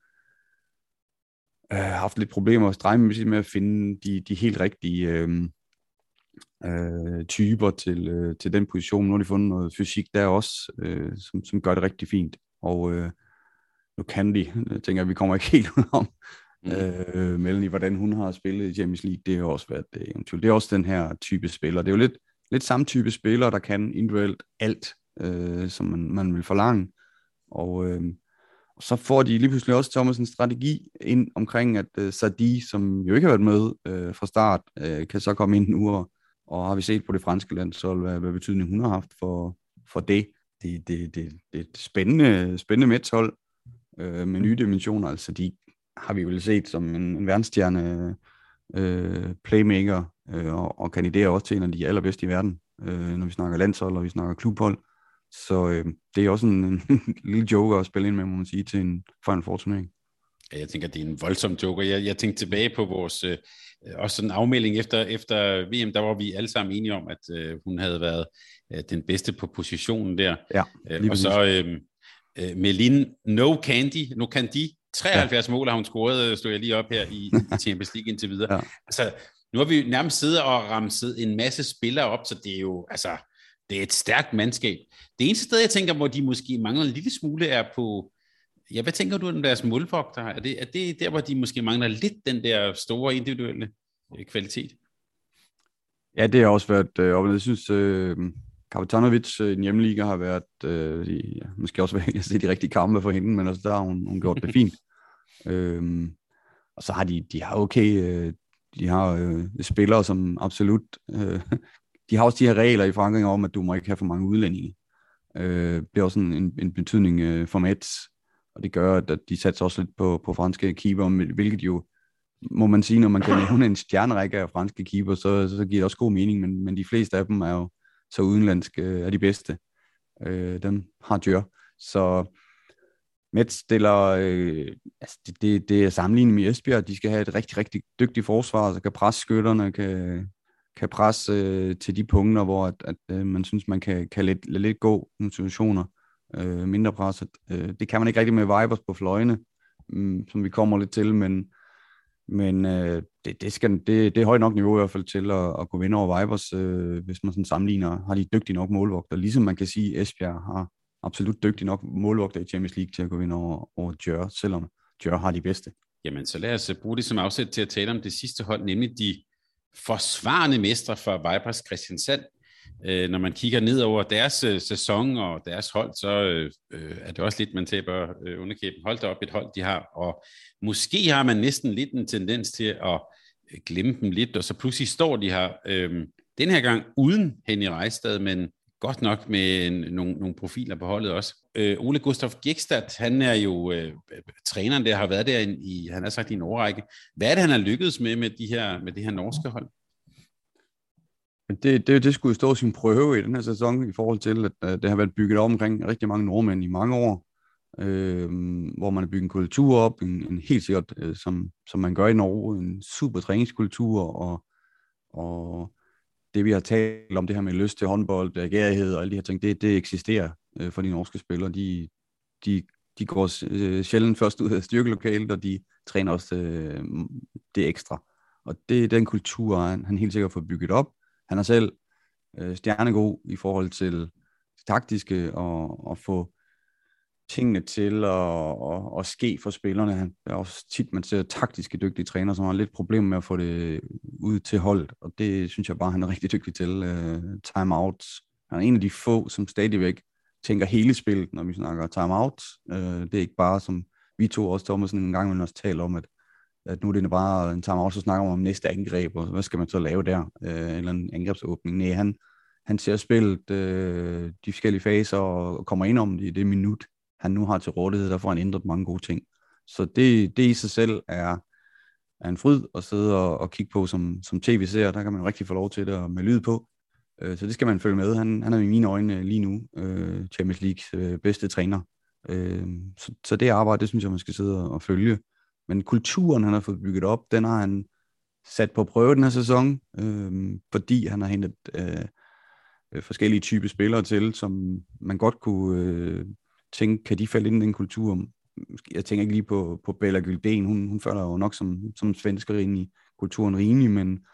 øh, haft lidt problemer strejmemæssigt med at finde de, de helt rigtige øh, øh, typer til, øh, til den position. Nu har de fundet noget fysik der også, øh, som, som gør det rigtig fint. Og øh, nu kan de, jeg tænker, at vi kommer ikke helt ud om mm. øh, Melanie, hvordan hun har spillet i Champions League. Det har også været det eventuelt. Det er også den her type spiller. Det er jo lidt, lidt samme type spiller, der kan individuelt alt, øh, som man, man vil forlange. Og øh, Og så får de lige pludselig også Thomas en strategi ind omkring, at uh, Sadi, som jo ikke har været med uh, fra start, uh, kan så komme ind nu, og, og har vi set på det franske landshold, hvad, hvad betydning hun har haft for, for det. Det, det, det, det er et spændende, spændende matchhold uh, med nye dimensioner. Altså de har vi vel set som en, en verdensstjerne uh, playmaker, uh, og, og kandiderer også til en af de allerbedste i verden, uh, når vi snakker landshold og vi snakker klubhold. Så øh, det er også en, en lille joker at spille ind med, må man sige, til en Final Four turnering. Ja, jeg tænker, det er en voldsom joker. Jeg, jeg tænkte tilbage på vores øh, også sådan afmelding efter, efter V M, der var vi alle sammen enige om, at øh, hun havde været øh, den bedste på positionen der. Ja, øh, og så øh, øh, Melin No Candy, No Candy, treoghalvfjerds ja. mål har hun scoret, stod jeg lige op her i, i Champions League indtil videre. Ja. Altså, nu har vi nærmest siddet og ramset en masse spillere op, så det er jo, altså, det er et stærkt mandskab. Det eneste sted, jeg tænker, hvor de måske mangler en lille smule, er på, ja, hvad tænker du om deres målvogter? Er det, er det der, hvor de måske mangler lidt den der store individuelle kvalitet? Ja, det har også været øh, og jeg synes, øh, Kapitanovic i den hjemmeliga har været, øh, de, ja, måske også været, jeg ser de rigtige kampe for hende, men også der har hun, hun gjort det fint. øhm, og så har de, de har okay, øh, de har øh, spillere, som absolut, øh, de har også de her regler i Frankrig om, at du må ikke have for mange udlændinge. Øh, det er også en, en, en betydning øh, for Metz, og det gør, at de satser også lidt på, på franske keeper, hvilket jo, må man sige, når man kan nævne en stjernerække af franske keeper, så, så giver det også god mening, men, men de fleste af dem er jo så udenlandske, øh, er de bedste. Øh, dem har Djør. Så Metz stiller, øh, altså det, det, det er sammenlignet med Esbjerg, de skal have et rigtig, rigtig dygtigt forsvar, så kan presse skytterne, kan, kan presse øh, til de punkter, hvor at, at, øh, man synes, man kan, kan lade lidt, lidt gå nogle situationer, øh, mindre presset. Øh, det kan man ikke rigtig med Vipers på fløjene, øh, som vi kommer lidt til, men, men øh, det, det, skal, det, det er højt nok niveau i hvert fald til at, at kunne vinde over Vipers, øh, hvis man sådan sammenligner, har de dygtige nok målvogter, ligesom man kan sige, at Esbjerg har absolut dygtig nok målvogter i Champions League til at gå ind over, over Djør, selvom Djør har de bedste. Jamen, så lad os bruge det som afsæt til at tale om det sidste hold, nemlig de forsvarende mestre for Vipers Kristiansand. Øh, når man kigger ned over deres øh, sæson og deres hold, så øh, er det også lidt, man taber øh, underkæben. Hold da op et hold, de har, og måske har man næsten lidt en tendens til at øh, glemme dem lidt, og så pludselig står de her, øh, den her gang uden Henny Reistad, men godt nok med en, nogle, nogle profiler på holdet også. Øh, Ole Gustav Gjeksted, han er jo øh, træneren der, har været der i, han har sagt i en årrække. Hvad er det, han har lykkedes med med, de her, med det her norske hold? Det, det, det skulle jo stå sin prøve i den her sæson, i forhold til, at, at det har været bygget op omkring rigtig mange nordmænd i mange år, øh, hvor man har bygget en kultur op, en, en helt sikkert, øh, som, som man gør i Norge, en super træningskultur, og, og det vi har talt om, det her med lyst til håndbold, agerighed og alle de her ting, det, det eksisterer øh, for de norske spillere. De, de, de går øh, sjældent først ud af styrkelokalet, og de træner også øh, det ekstra. Og det er den kultur, han, han helt sikkert får bygget op. Han er selv øh, stjernegod i forhold til det taktiske og, og få tingene til at, at, at ske for spillerne. Han er også tit, man ser taktiske dygtige træner, som har lidt problemer med at få det ud til holdet, og det synes jeg bare, han er rigtig dygtig til. Uh, timeouts. Han er en af de få, som stadigvæk tænker hele spillet, når vi snakker timeouts. Uh, det er ikke bare, som vi to også, Thomasen, en gang vil også tale om, at, at nu er det bare en timeout, så snakker man om næste angreb, og hvad skal man så lave der? Uh, eller en angrebsåbning. Nej, han, han ser spillet, uh, de forskellige faser, og kommer ind om det i det minut, han nu har til rådighed, der får han ændret mange gode ting. Så det, det i sig selv er, er en fryd at sidde og, og kigge på som, som tv-seer. Der kan man rigtig få lov til det med lyd på. Uh, så det skal man følge med. Han, han er i mine øjne lige nu uh, Champions Leagues uh, bedste træner. Uh, så, så det arbejde, det synes jeg, man skal sidde og følge. Men kulturen, han har fået bygget op, den har han sat på prøve den her sæson, uh, fordi han har hentet uh, forskellige typer spillere til, som man godt kunne... Uh, tænke, kan de falde ind i den kultur? Jeg tænker ikke lige på, på Bella Gyldén, hun, hun falder jo nok som, som svensker ind i kulturen rimelig, men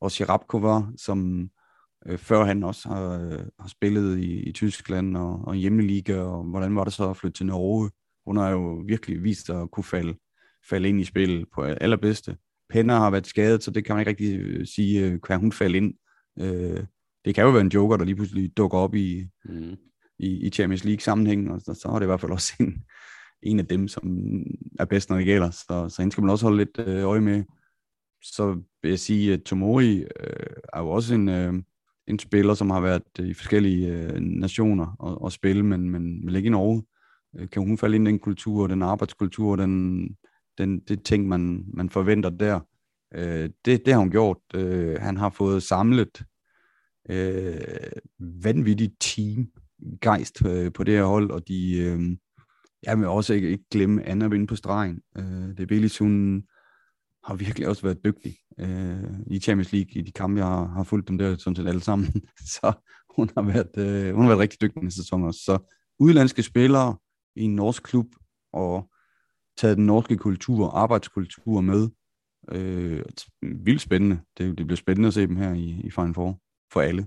også Sharapova, som øh, før han også har, øh, har spillet i, i Tyskland og, og hjemmeliga, og hvordan var det så at flytte til Norge? Hun har jo virkelig vist at kunne falde, falde ind i spillet på allerbedste. Penner har været skadet, så det kan man ikke rigtig sige, kan hun falde ind. Øh, det kan jo være en joker, der lige pludselig dukker op i, mm. i, i Champions League-sammenhæng, og så, så er det i hvert fald også en, en af dem, som er bedst, når det gælder. Så, så hende skal man også holde lidt øh, øje med. Så vil jeg sige, at Tomori øh, er jo også en, øh, en spiller, som har været i forskellige øh, nationer og, og spille, men, men vil ikke i Norge. Øh, kan hun falde ind i den kultur, den arbejdskultur, den, den, det ting, man, man forventer der. Øh, det, det har hun gjort. Øh, han har fået samlet øh, vanvittigt teamgejst øh, på det her hold, og de... Øh, jeg vil også ikke, ikke glemme Anna vinde på stregen. Øh, det er Belis, hun har virkelig også været dygtig øh, i Champions League, i de kampe, jeg har, har fulgt dem der, sådan set alle sammen. Så hun har været, øh, hun har været rigtig dygtig i sæson også. Så udlandske spillere i en norsk klub, og taget den norske kultur, arbejdskultur med. Øh, vildt spændende. Det, det bliver spændende at se dem her i, i Final Four for alle.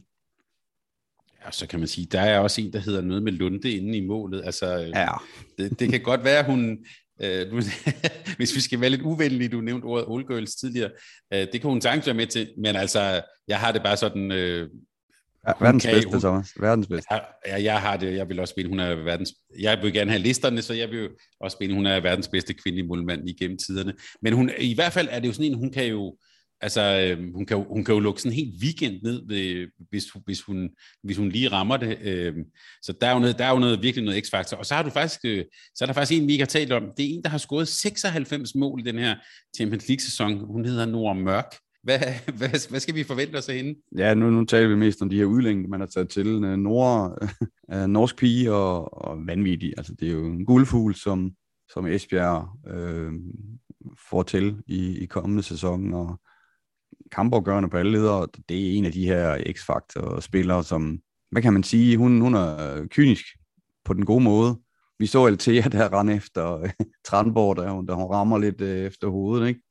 Ja, så kan man sige, der er også en, der hedder noget med Lunde inde i målet. Altså, ja. det, det kan godt være, hun... Øh, nu, hvis vi skal være lidt uvenlige, du nævnte ordet Old Girls tidligere, øh, det kan hun sagtens være med til, men altså, jeg har det bare sådan... Øh, ja, verdens kan, bedste, hun, Thomas. Verdens bedste. Ja, jeg har det, jeg vil også mene, hun er verdens... Jeg vil gerne have listerne, så jeg vil også mene, hun er verdens bedste kvindelige målmand igennem tiderne. Men hun, i hvert fald er det jo sådan en, hun kan jo... Altså, hun kan, jo, hun kan jo lukke sådan en helt weekend ned, ved, hvis, hvis, hun, hvis hun lige rammer det. Så der er jo noget, der er jo noget, virkelig noget x-faktor. Og så har du faktisk, så er der faktisk en, vi ikke har talt om. Det er en, der har scoret seksoghalvfems mål i den her Champions League-sæson. Hun hedder Nora Mørk. Hvad, hvad, hvad skal vi forvente os af hende? Ja, nu, nu taler vi mest om de her udlændinge, man har taget til. Nora, uh, norsk pige og, og vanvittig. Altså, det er jo en guldfugl, som, som Esbjerg øh, får til i, i kommende sæson, og kampafgørende på alle ledere. Det er en af de her x-faktor-spillere, som, hvad kan man sige, hun, hun er kynisk på den gode måde. Vi så Altea, der rende efter Tranborg, der, der hun rammer lidt efter hovedet, ikke?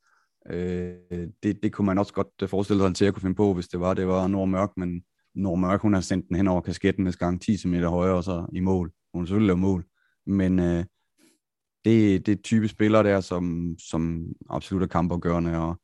Øh, det, det kunne man også godt forestille sig, at Altea kunne finde på, hvis det var, det var Nora Mørk, men Nora Mørk, hun har sendt den hen over kasketten næste gang ti centimeter højere, og så i mål. Hun har selvfølgelig lavet mål. Men øh, det, det er type spillere der, som, som absolut er kampafgørende, og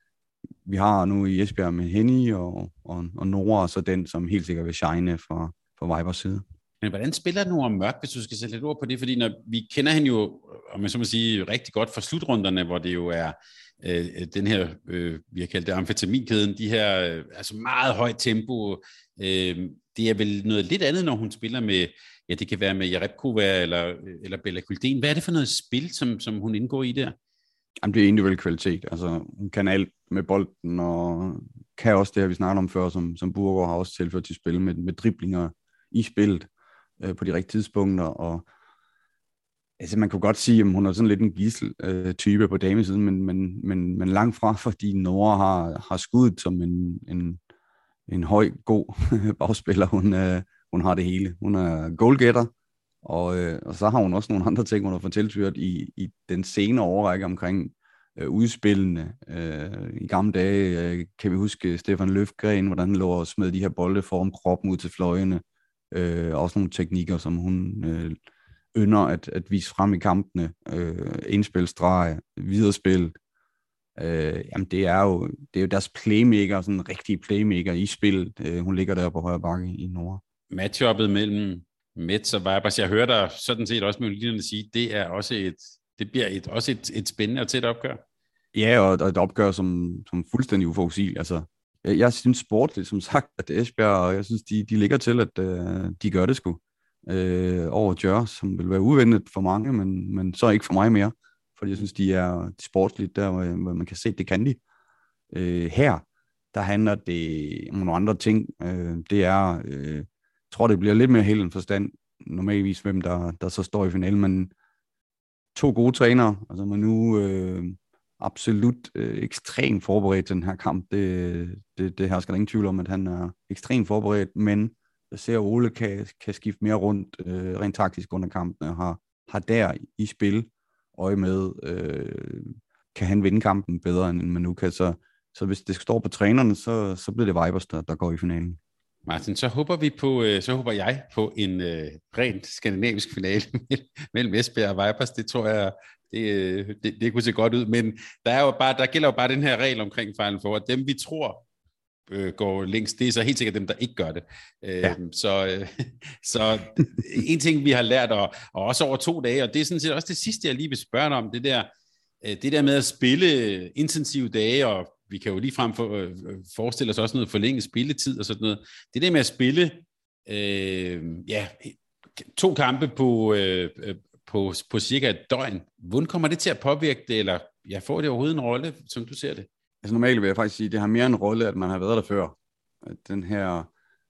vi har nu i Esbjerg med Henny og, og, og Nora, og så den, som helt sikkert vil shine fra, fra Vibers side. Men hvordan spiller Nora Mørk, hvis du skal sætte lidt ord på det? Fordi når vi kender hende jo, om man så må sige, rigtig godt fra slutrunderne, hvor det jo er øh, den her, øh, vi har kaldt det amfetaminkæden, de her øh, altså meget højt tempo. Øh, det er vel noget lidt andet, når hun spiller med, ja, det kan være med Jarepkova eller, eller Bella Gulden. Hvad er det for noget spil, som, som hun indgår i der? Jamen, det er individuel kvalitet. Altså, hun kan alt med bolden, og kan også det her, vi snakkede om før, som, som Burger har også tilført til spil, med, med driblinger i spillet øh, på de rigtige tidspunkter. Og altså, man kunne godt sige, at hun er sådan lidt en gidsel-type øh, på damesiden, men, men, men, men langt fra, fordi Nora har, har skuddet som en, en, en høj, god bagspiller. Hun, øh, hun har det hele. Hun er goalgetter. Og, øh, og så har hun også nogle andre ting, hun har fået tilført i, i den senere overrække omkring øh, udspillene. Øh, I gamle dage øh, kan vi huske Stefan Løfgren, hvordan han lå og smed de her bolde foran kroppen ud til fløjene. Øh, også nogle teknikker, som hun øh, ynder at, at vise frem i kampene. Øh, indspilstreg, viderespil. Øh, jamen det er jo det er jo deres playmaker, sådan en rigtig playmaker i spillet. Øh, hun ligger der på højre bakke i Nora. Matchuppet mellem Mets og Vibers, jeg hører dig sådan set også med linjerne sige, det er også et, det bliver et, også et, et spændende og tæt opgør. Ja, og, og et opgør som, som fuldstændig uforudsigeligt. Altså, jeg, jeg synes sportligt, som sagt, at Esbjerg, og jeg synes, de, de ligger til, at øh, de gør det sgu øh, over Djør, som vil være uventet for mange, men, men så ikke for mig mere, fordi jeg synes, de er sportligt der, hvor man kan se, at det kan de. Øh, her, der handler det om nogle andre ting. Øh, det er... Øh, Jeg tror, det bliver lidt mere helt en forstand, normalvis, hvem der, der så står i finalen, men to gode trænere, altså man nu øh, absolut øh, ekstremt forberedt til den her kamp, det, det, det her skal der ingen tvivl om, at han er ekstremt forberedt, men jeg ser, at Ole kan, kan skifte mere rundt, øh, rent taktisk under kampen, og har, har der i spil øje med, øh, kan han vinde kampen bedre, end man nu kan, så så hvis det står på trænerne, så, så bliver det Vipers, der, der går i finalen. Martin, så håber vi på, så håber jeg på en uh, rent skandinavisk finale mellem Esbjerg og Vipers. Det tror jeg, det, det, det kunne se godt ud. Men der, er jo bare, der gælder jo bare den her regel omkring Final Four. Dem vi tror øh, går længst, det er så helt sikkert dem, der ikke gør det. Ja. Øh, så, øh, så en ting, vi har lært, og, og også over to dage, og det er sådan set også det sidste, jeg lige vil spørge om, det der, øh, det der med at spille intensive dage, og vi kan jo ligefrem for, øh, forestille os også noget forlænget spilletid og sådan noget. Det der med at spille øh, ja, to kampe på, øh, på, på cirka et døgn, hvordan kommer det til at påvirke det, eller ja, får det overhovedet en rolle, som du ser det? Altså normalt vil jeg faktisk sige, at det har mere en rolle, at man har været der før. At den her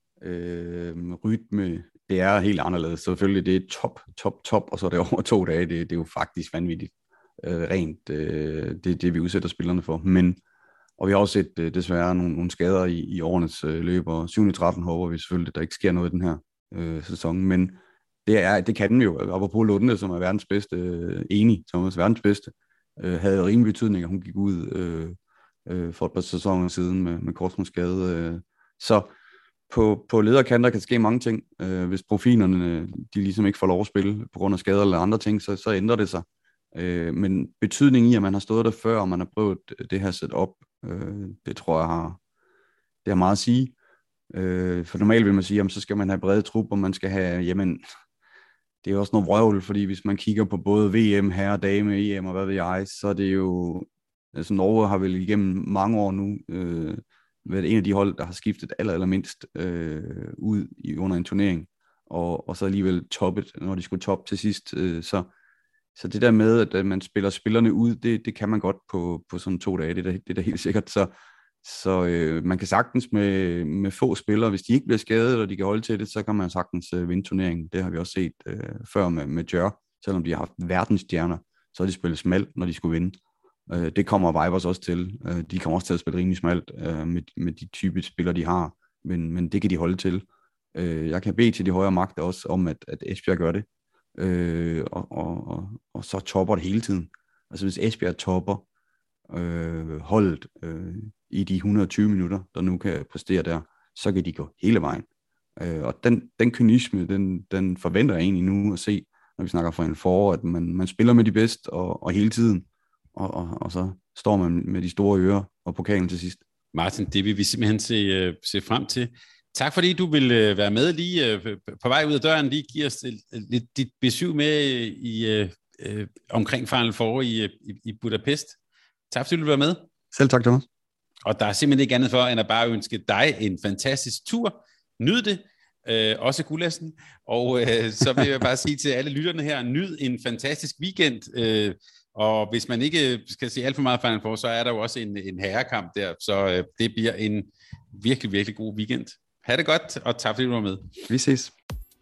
øh, rytme, det er helt anderledes. Selvfølgelig, det er top, top, top, og så er det over to dage. Det, det er jo faktisk vanvittigt øh, rent, øh, det, det vi udsætter spillerne for. Men Og vi har også set øh, desværre nogle, nogle skader i, i årenes øh, løb, og syv tretten håber vi selvfølgelig, at der ikke sker noget i den her øh, sæson. Men det, er, det kan den jo. Apropos Lunde, som er verdens bedste, øh, enig, som er verdens bedste, øh, havde rimelig betydning, at hun gik ud øh, øh, for et par sæsoner siden med, med korsbåndsskade. Øh. Så på, på lederkanter kan ske mange ting. Øh, hvis profilerne de ligesom ikke får lov at spille på grund af skader eller andre ting, så, så ændrer det sig. Øh, men betydningen i, at man har stået der før, og man har prøvet det her setup, øh, det tror jeg har, det har meget at sige. Øh, for normalt vil man sige, jamen, så skal man have brede trup, og man skal have, jamen, det er også noget vrøvl, fordi hvis man kigger på både V M, herre, dame, E M og hvad ved jeg, så er det jo, altså Norge har vel igennem mange år nu øh, været en af de hold, der har skiftet aller, aller mindst øh, ud i, under en turnering, og, og så alligevel toppet, når de skulle toppe til sidst, øh, så Så det der med, at man spiller spillerne ud, det, det kan man godt på, på sådan to dage, det er da, det er da helt sikkert. Så, så øh, man kan sagtens med, med få spillere, hvis de ikke bliver skadet, og de kan holde til det, så kan man sagtens øh, vinde turneringen. Det har vi også set øh, før med, med Jør, selvom de har haft verdensstjerner, så har de spillet smalt, når de skulle vinde. Øh, det kommer Vipers også til. Øh, de kommer også til at spille rimelig smalt øh, med, med de type spillere, de har, men, men det kan de holde til. Øh, jeg kan bede til de højere magter også om, at, at Esbjerg gør det. Øh, og, og, og, og så topper det hele tiden. Altså hvis Esbjerg topper øh, holdet øh, i de et hundrede og tyve minutter, der nu kan præstere der, så kan de gå hele vejen. Øh, og den, den kynisme, den, den forventer jeg egentlig nu at se, når vi snakker Final Four, at man, man spiller med de bedste og, og hele tiden, og, og, og så står man med de store ører og pokalen til sidst. Martin, det vil vi simpelthen se, se frem til. Tak fordi du vil øh, være med lige øh, på vej ud af døren, lige give os øh, lidt dit besøg med i, øh, øh, omkring Final Four i, i, i Budapest. Tak fordi du vil være med. Selv tak, Thomas. Og der er simpelthen ikke andet for, end at bare ønske dig en fantastisk tur. Nyd det, øh, også Gullassen. Og øh, så vil jeg bare sige til alle lytterne her, nyd en fantastisk weekend. Øh, og hvis man ikke skal se alt for meget Final Four, så er der jo også en, en herrekamp der. Så øh, det bliver en virkelig, virkelig god weekend. Ha' det godt, og tak fordi du var med. Vi ses.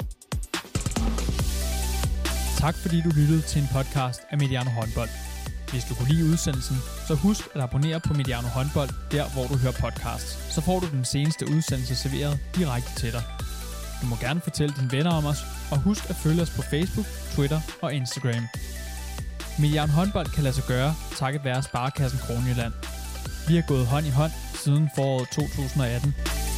Tak fordi du lyttede til en podcast af Mediano Håndbold. Hvis du kunne lide udsendelsen, så husk at abonnere på Mediano Håndbold, der hvor du hører podcasts. Så får du den seneste udsendelse serveret direkte til dig. Du må gerne fortælle dine venner om os, og husk at følge os på Facebook, Twitter og Instagram. Mediano Håndbold kan lade sig gøre, takket være Sparekassen Kronjylland. Vi har gået hånd i hånd siden foråret to tusind og atten.